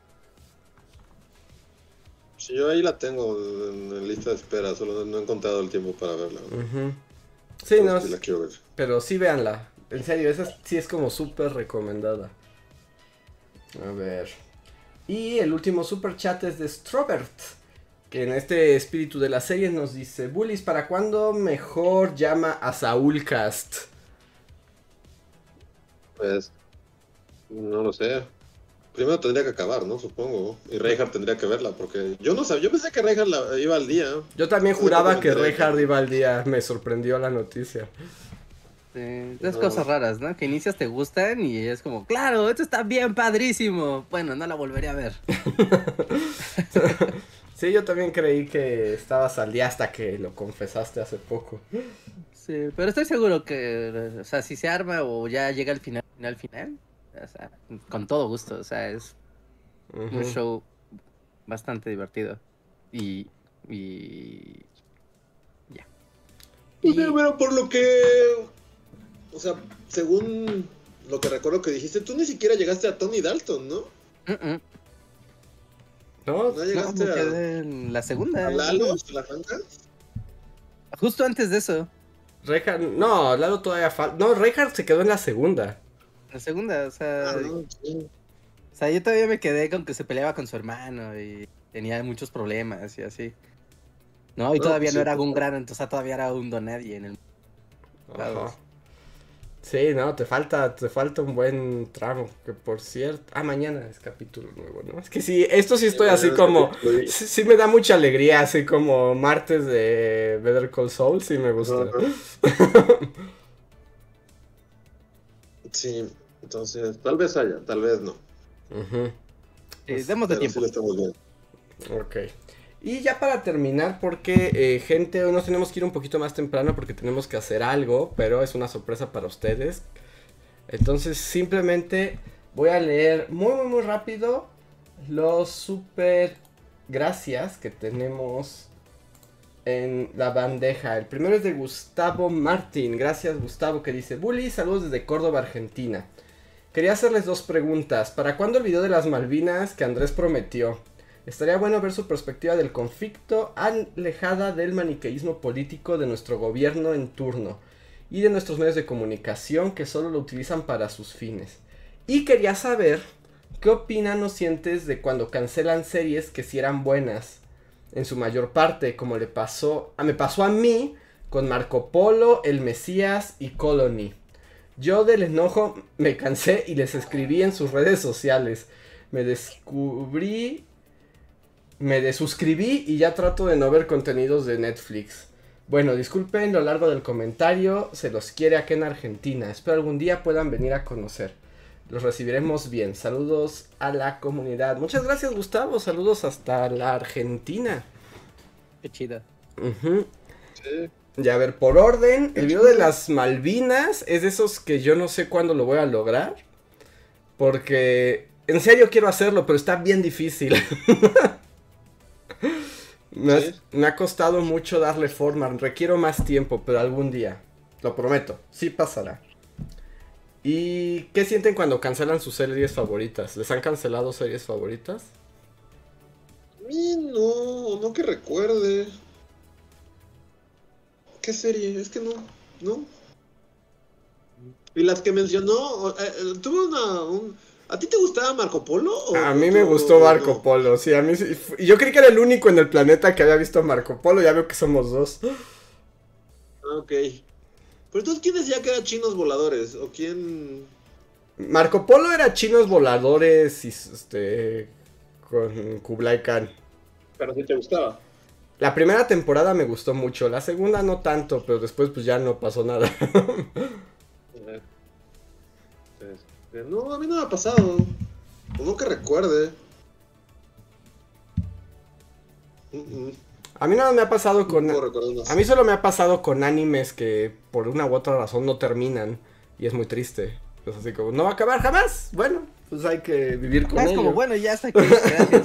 Sí, yo ahí la tengo en lista de espera, solo no he encontrado el tiempo para verla. Sí, pues no, sí la quiero ver. Pero sí véanla, en serio, esa sí es como súper recomendada. A ver. Y el último super chat es de Strobert, que en este espíritu de la serie nos dice: Bullies, ¿para cuándo mejor llama a Saúl Cast? Pues no lo sé. Primero tendría que acabar, ¿no? Supongo. Y Reinhardt tendría que verla, porque yo no sabía, yo pensé que Reinhardt iba al día. Yo también juraba que Reinhardt iba al día, me sorprendió la noticia. Esas cosas raras, ¿no? Que inicias te gustan y es como, claro, esto está bien padrísimo. Bueno, no la volveré a ver. Sí, yo también creí que estabas al día hasta que lo confesaste hace poco. Sí, pero estoy seguro que, o sea, si se arma o ya llega al final, o sea, con todo gusto, o sea, es un show bastante divertido. Y ya. Pues sí, pero por lo que... o sea, según lo que recuerdo que dijiste, tú ni siquiera llegaste a Tony Dalton, ¿no? ¿No? ¿No llegaste me quedé en la segunda. a Lalo, la Franca? Justo antes de eso. Reinhardt, no, Lalo todavía falta. No, Reinhardt se quedó en la segunda. La segunda, o sea... no, sí. O sea, yo todavía me quedé con que se peleaba con su hermano y tenía muchos problemas y así. No, y todavía pues no sí, era pues, un gran, entonces todavía era un don nadie en el... Ajá. Sí, no, te falta un buen tramo, que por cierto, mañana es capítulo nuevo, ¿no? Es que sí, esto sí estoy así como, sí me da mucha alegría, así como martes de Better Call Saul, sí me gusta. Sí, entonces, tal vez haya, tal vez no. Demos de tiempo. Sí lo estamos viendo. Ok. Y ya para terminar, porque gente, hoy nos tenemos que ir un poquito más temprano porque tenemos que hacer algo, pero es una sorpresa para ustedes. Entonces simplemente voy a leer muy rápido los super gracias que tenemos en la bandeja. El primero es de Gustavo Martín. Gracias Gustavo, que dice: Bully, saludos desde Córdoba, Argentina. Quería hacerles 2 preguntas. ¿Para cuándo el video de las Malvinas que Andrés prometió? Estaría bueno ver su perspectiva del conflicto, alejada del maniqueísmo político de nuestro gobierno en turno y de nuestros medios de comunicación que solo lo utilizan para sus fines. Y quería saber qué opinan o sientes de cuando cancelan series que sí eran buenas, en su mayor parte, como me pasó a mí con Marco Polo, El Mesías y Colony. Yo del enojo me cansé y les escribí en sus redes sociales. Me desuscribí y ya trato de no ver contenidos de Netflix. Bueno, disculpen lo largo del comentario, se los quiere aquí en Argentina. Espero algún día puedan venir a conocer. Los recibiremos bien. Saludos a la comunidad. Muchas gracias, Gustavo. Saludos hasta la Argentina. Qué chido. Sí. Ya, a ver, por orden, el video de las Malvinas es de esos que yo no sé cuándo lo voy a lograr. Porque en serio quiero hacerlo, pero está bien difícil. Me ha costado mucho darle forma, requiero más tiempo, pero algún día, lo prometo, sí pasará. ¿Y qué sienten cuando cancelan sus series favoritas? ¿Les han cancelado series favoritas? A mí no que recuerde. ¿Qué serie? Es que no. Y las que mencionó, tuve ¿A ti te gustaba Marco Polo? A mí me gustó Marco Polo, sí, a mí sí. Yo creí que era el único en el planeta que había visto Marco Polo, ya veo que somos 2. Ok. Pero entonces, ¿quién decía que eran chinos voladores? ¿O quién...? Marco Polo era chinos voladores y con Kublai Khan. Pero sí te gustaba. La primera temporada me gustó mucho, la segunda no tanto, pero después pues ya no pasó nada. No, a mí no me ha pasado. O no que recuerde. A mí nada me ha pasado con... No recuerdo. A mí solo me ha pasado con animes que por una u otra razón no terminan. Y es muy triste. Es así como, no va a acabar jamás. Bueno, pues hay que vivir con ello. Es como, bueno, ya está aquí. Gracias.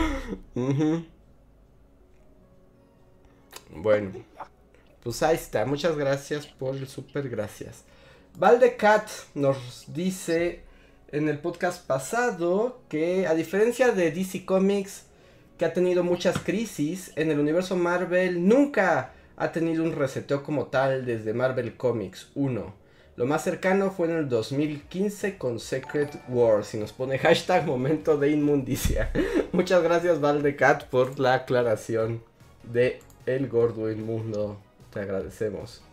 Bueno, pues ahí está. Muchas gracias por el super gracias. Valdecat nos dice en el podcast pasado que a diferencia de DC Comics, que ha tenido muchas crisis, en el universo Marvel nunca ha tenido un reseteo como tal desde Marvel Comics 1. Lo más cercano fue en el 2015 con Secret Wars y nos pone hashtag momento de inmundicia. Muchas gracias Valdecat por la aclaración de El Gordo Inmundo. Te agradecemos.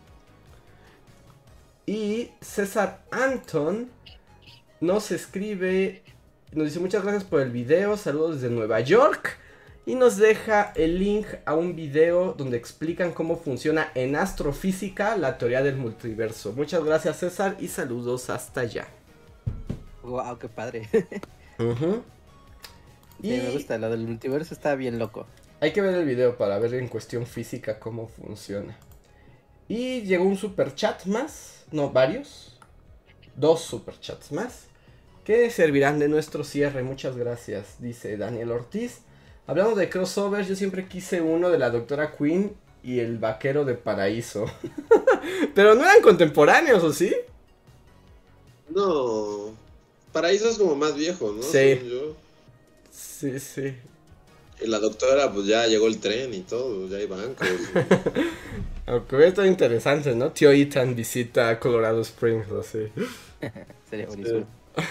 Y César Anton nos escribe, nos dice muchas gracias por el video, saludos desde Nueva York. Y nos deja el link a un video donde explican cómo funciona en astrofísica la teoría del multiverso. Muchas gracias César y saludos hasta allá. Wow, qué padre. Y me gusta, lo del multiverso está bien loco. Hay que ver el video para ver en cuestión física cómo funciona. Y llegó un super chat más, no, varios. 2 super chats más que servirán de nuestro cierre. Muchas gracias, dice Daniel Ortiz. Hablando de crossovers, yo siempre quise uno de la Doctora Queen y el Vaquero de Paraíso. Pero no eran contemporáneos, ¿o sí? No. Paraíso es como más viejo, ¿no? Sí. Yo. Sí. Y la Doctora, pues ya llegó el tren y todo, ya hay bancos. Aunque hubiera estado interesante, ¿no? Tío Ethan visita Colorado Springs, así. Sería buenísimo.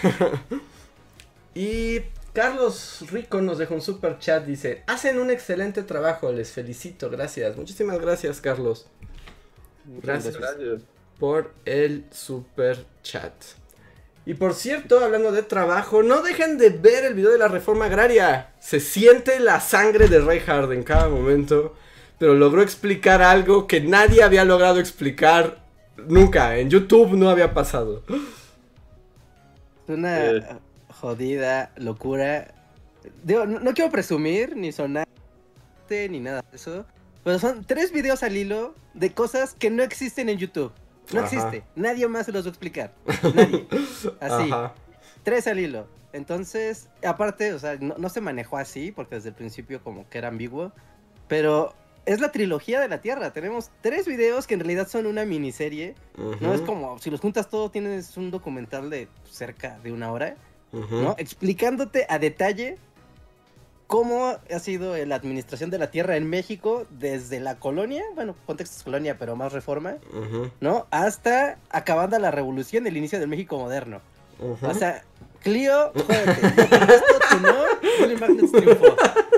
Y Carlos Rico nos dejó un super chat, dice: hacen un excelente trabajo, les felicito, gracias. Muchísimas gracias, Carlos. Gracias. por el super chat. Y por cierto, hablando de trabajo, no dejen de ver el video de la reforma agraria. Se siente la sangre de Reinhardt en cada momento, pero logró explicar algo que nadie había logrado explicar nunca. En YouTube no había pasado. Es una jodida locura. Digo, no quiero presumir, ni sonar, ni nada de eso. Pero son 3 videos al hilo de cosas que no existen en YouTube. No existe. Nadie más se los va a explicar. Nadie. Así. 3 al hilo. Entonces, aparte, o sea, no se manejó así, porque desde el principio como que era ambiguo. Pero es la trilogía de la Tierra. Tenemos 3 videos que en realidad son una miniserie. No es como, si los juntas todo, tienes un documental de cerca de 1 hora. ¿No? Explicándote a detalle cómo ha sido la administración de la tierra en México desde la colonia, bueno, contexto es colonia, pero más reforma, ¿no? Hasta acabando la revolución, el inicio del México moderno. O sea, Clio, jódete, esto tú no, Bully Magnets triunfó.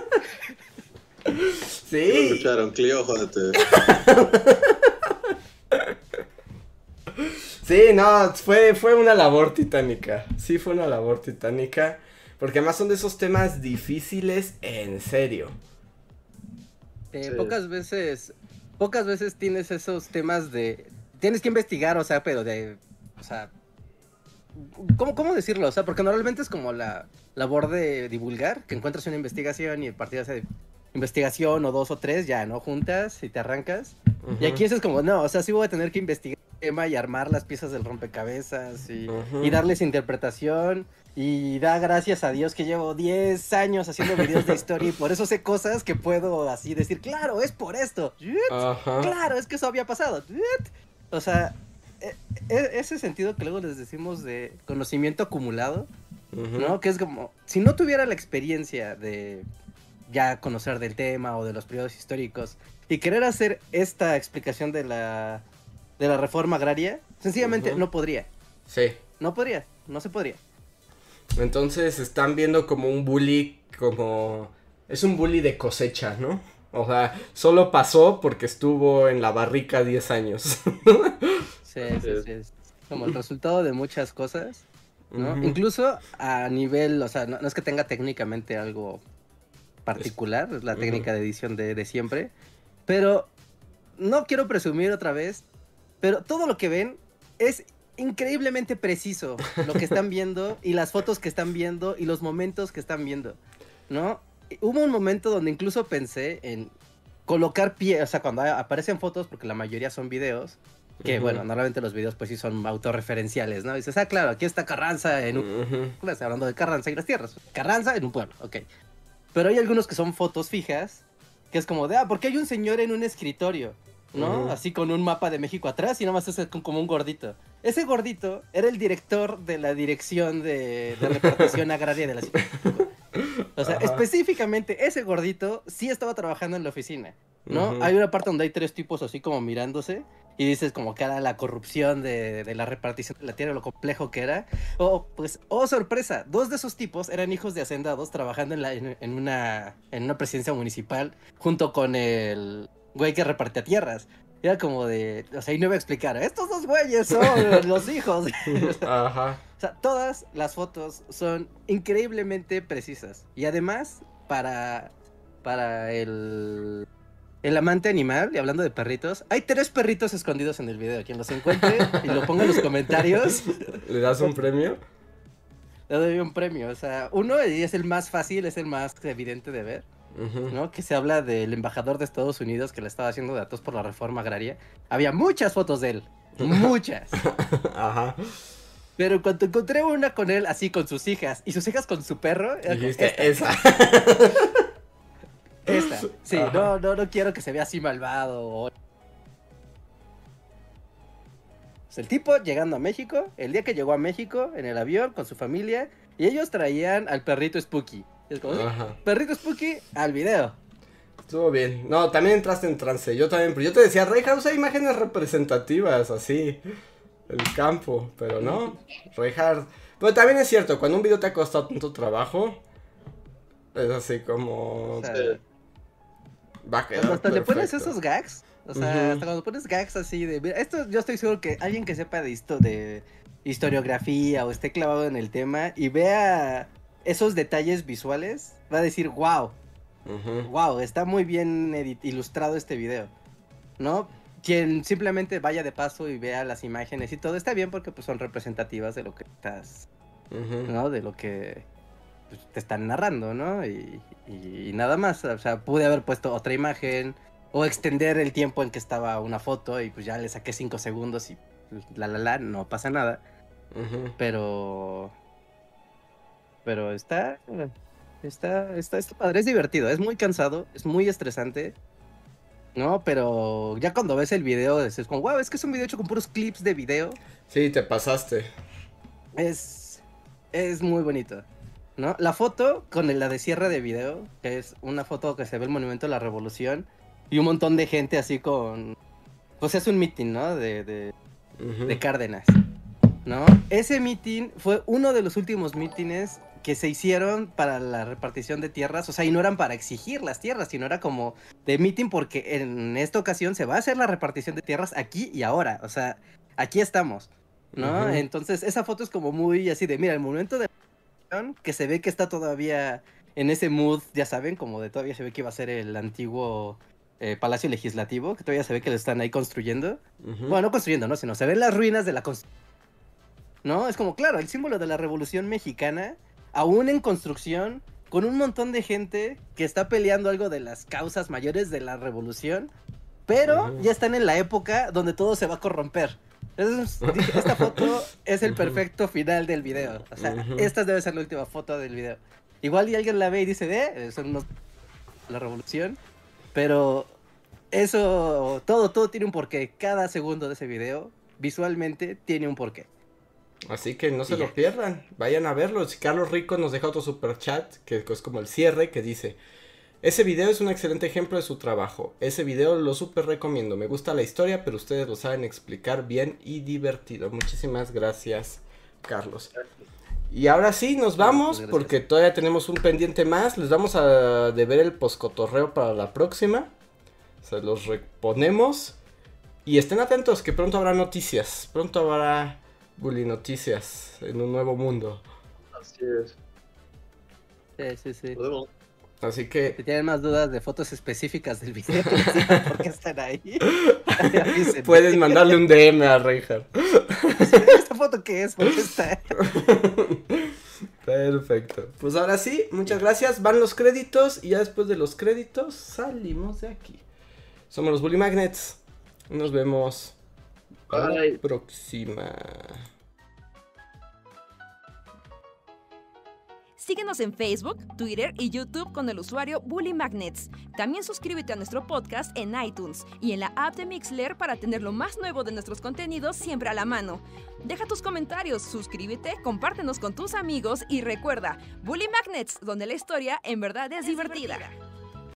Sí. Lo escucharon, Clio, jódete. Sí, no, fue una labor titánica. Sí, fue una labor titánica. Porque además son de esos temas difíciles en serio. Sí. Pocas veces tienes esos temas de... Tienes que investigar, o sea, pero de... O sea... ¿Cómo decirlo? O sea, porque normalmente es como la labor de divulgar, que encuentras una investigación y el partido hace investigación o 2 o 3, ya, ¿no? Juntas y te arrancas. Y aquí eso es como, no, o sea, sí voy a tener que investigar el tema y armar las piezas del rompecabezas y darles interpretación. Y da gracias a Dios que llevo 10 años haciendo videos de historia y por eso sé cosas que puedo así decir, claro, es por esto. Claro, es que eso había pasado. O sea, ese sentido que luego les decimos de conocimiento acumulado, ¿no? Que es como, si no tuviera la experiencia de ya conocer del tema o de los periodos históricos y querer hacer esta explicación de la reforma agraria, sencillamente no podría. Sí. No se podría. Entonces están viendo como un bully, es un bully de cosecha, ¿no? O sea, solo pasó porque estuvo en la barrica 10 años. Sí. Es como el resultado de muchas cosas, ¿no? Incluso a nivel, o sea, no es que tenga técnicamente algo particular, es la técnica de edición de siempre, pero no quiero presumir otra vez, pero todo lo que ven es increíblemente preciso lo que están viendo y las fotos que están viendo y los momentos que están viendo, ¿no? Hubo un momento donde incluso pensé en colocar o sea, cuando aparecen fotos, porque la mayoría son videos, que bueno, normalmente los videos pues sí son autorreferenciales, ¿no? Y dices, claro, aquí está Carranza en un... hablando de Carranza y las tierras. Carranza en un pueblo, ok. Pero hay algunos que son fotos fijas, que es como de, porque hay un señor en un escritorio, ¿no? Así con un mapa de México atrás y nada más es como un gordito. Ese gordito era el director de la dirección de repartición agraria de la Ciudad de México. O sea, específicamente ese gordito sí estaba trabajando en la oficina, ¿no? Hay una parte donde hay 3 tipos así como mirándose y dices como que era la corrupción de la repartición de la tierra, lo complejo que era. Pues, sorpresa, 2 de esos tipos eran hijos de hacendados trabajando en una presidencia municipal junto con el güey que repartía tierras. Era como de, o sea, y no iba a explicar, estos 2 güeyes son los hijos. O sea, todas las fotos son increíblemente precisas. Y además, para el amante animal, y hablando de perritos, hay 3 perritos escondidos en el video. Quien los encuentre y lo ponga en los comentarios. ¿Le das un premio? Le doy un premio. O sea, uno y es el más fácil, es el más evidente de ver. ¿No? Que se habla del embajador de Estados Unidos que le estaba haciendo datos por la reforma agraria. Había muchas fotos de él. Muchas. Pero cuando encontré una con él así con sus hijas y sus hijas con su perro, dijiste, esa. Esta. Sí, no quiero que se vea así malvado. Pues el tipo llegando a México, el día que llegó a México en el avión con su familia, y ellos traían al perrito Spooky. Es como, perrito Spooky al video. Estuvo bien. No, también entraste en trance. Yo también, pero yo te decía, Reinhardt usa imágenes representativas, así. El campo, pero no. Reinhardt. Pero también es cierto, cuando un video te ha costado tanto trabajo, es así como. O sea, va a quedar hasta perfecto. le pones esos gags. O sea, hasta cuando pones gags así de... Mira, esto yo estoy seguro que alguien que sepa de historiografía o esté clavado en el tema y vea esos detalles visuales, va a decir, wow, wow, está muy bien ilustrado este video, ¿no? Quien simplemente vaya de paso y vea las imágenes y todo está bien porque pues son representativas de lo que estás, ¿no? De lo que pues, te están narrando, ¿no? Y nada más, o sea, pude haber puesto otra imagen o extender el tiempo en que estaba una foto y pues ya le saqué 5 segundos y no pasa nada. Pero está padre, es divertido, es muy cansado, es muy estresante, ¿no? Pero ya cuando ves el video es como, wow, es que es un video hecho con puros clips de video. Sí, te pasaste. Es muy bonito, ¿no? La foto con la de cierre de video, que es una foto que se ve el Monumento a la Revolución y un montón de gente así con... Pues es un meeting, ¿no? De Cárdenas, ¿no? Ese meeting fue uno de los últimos mítines que se hicieron para la repartición de tierras, o sea, y no eran para exigir las tierras, sino era como de meeting porque en esta ocasión se va a hacer la repartición de tierras aquí y ahora, o sea, aquí estamos, ¿no? Entonces, esa foto es como muy así de, mira, el momento de que se ve que está todavía en ese mood, ya saben, como de todavía se ve que iba a ser el antiguo Palacio Legislativo, que todavía se ve que lo están ahí construyendo. Bueno, no construyendo, ¿no? Sino se ven las ruinas de la construcción, ¿no? Es como, claro, el símbolo de la Revolución Mexicana, aún en construcción, con un montón de gente que está peleando algo de las causas mayores de la revolución, pero ya están en la época donde todo se va a corromper. Entonces, esta foto es el perfecto final del video. O sea, esta debe ser la última foto del video. Igual y alguien la ve y dice, son unos... la revolución. Pero eso, todo tiene un porqué. Cada segundo de ese video, visualmente, tiene un porqué. Así que no se lo pierdan, vayan a verlo. Si Carlos Rico nos deja otro super chat, que es como el cierre, que dice: ese video es un excelente ejemplo de su trabajo. Ese video lo super recomiendo. Me gusta la historia, pero ustedes lo saben explicar bien y divertido. Muchísimas gracias, Carlos. Y ahora sí, nos vamos, porque todavía tenemos un pendiente más. Les vamos a deber el poscotorreo para la próxima. Se los reponemos. Y estén atentos, que pronto habrá noticias. Pronto habrá Bully Noticias en un nuevo mundo. Así es. Sí. Así que... Si tienen más dudas de fotos específicas del video, ¿por qué están ahí? Puedes mandarle un DM a Reinhardt. ¿Esta foto qué es? ¿Por qué está? Perfecto. Pues ahora sí, muchas gracias. Van los créditos y ya después de los créditos salimos de aquí. Somos los Bully Magnets. Nos vemos. Bye. La próxima. Síguenos en Facebook, Twitter y YouTube con el usuario Bully Magnets. También suscríbete a nuestro podcast en iTunes y en la app de Mixler para tener lo más nuevo de nuestros contenidos siempre a la mano. Deja tus comentarios, suscríbete, compártenos con tus amigos y recuerda, Bully Magnets, donde la historia en verdad es divertida.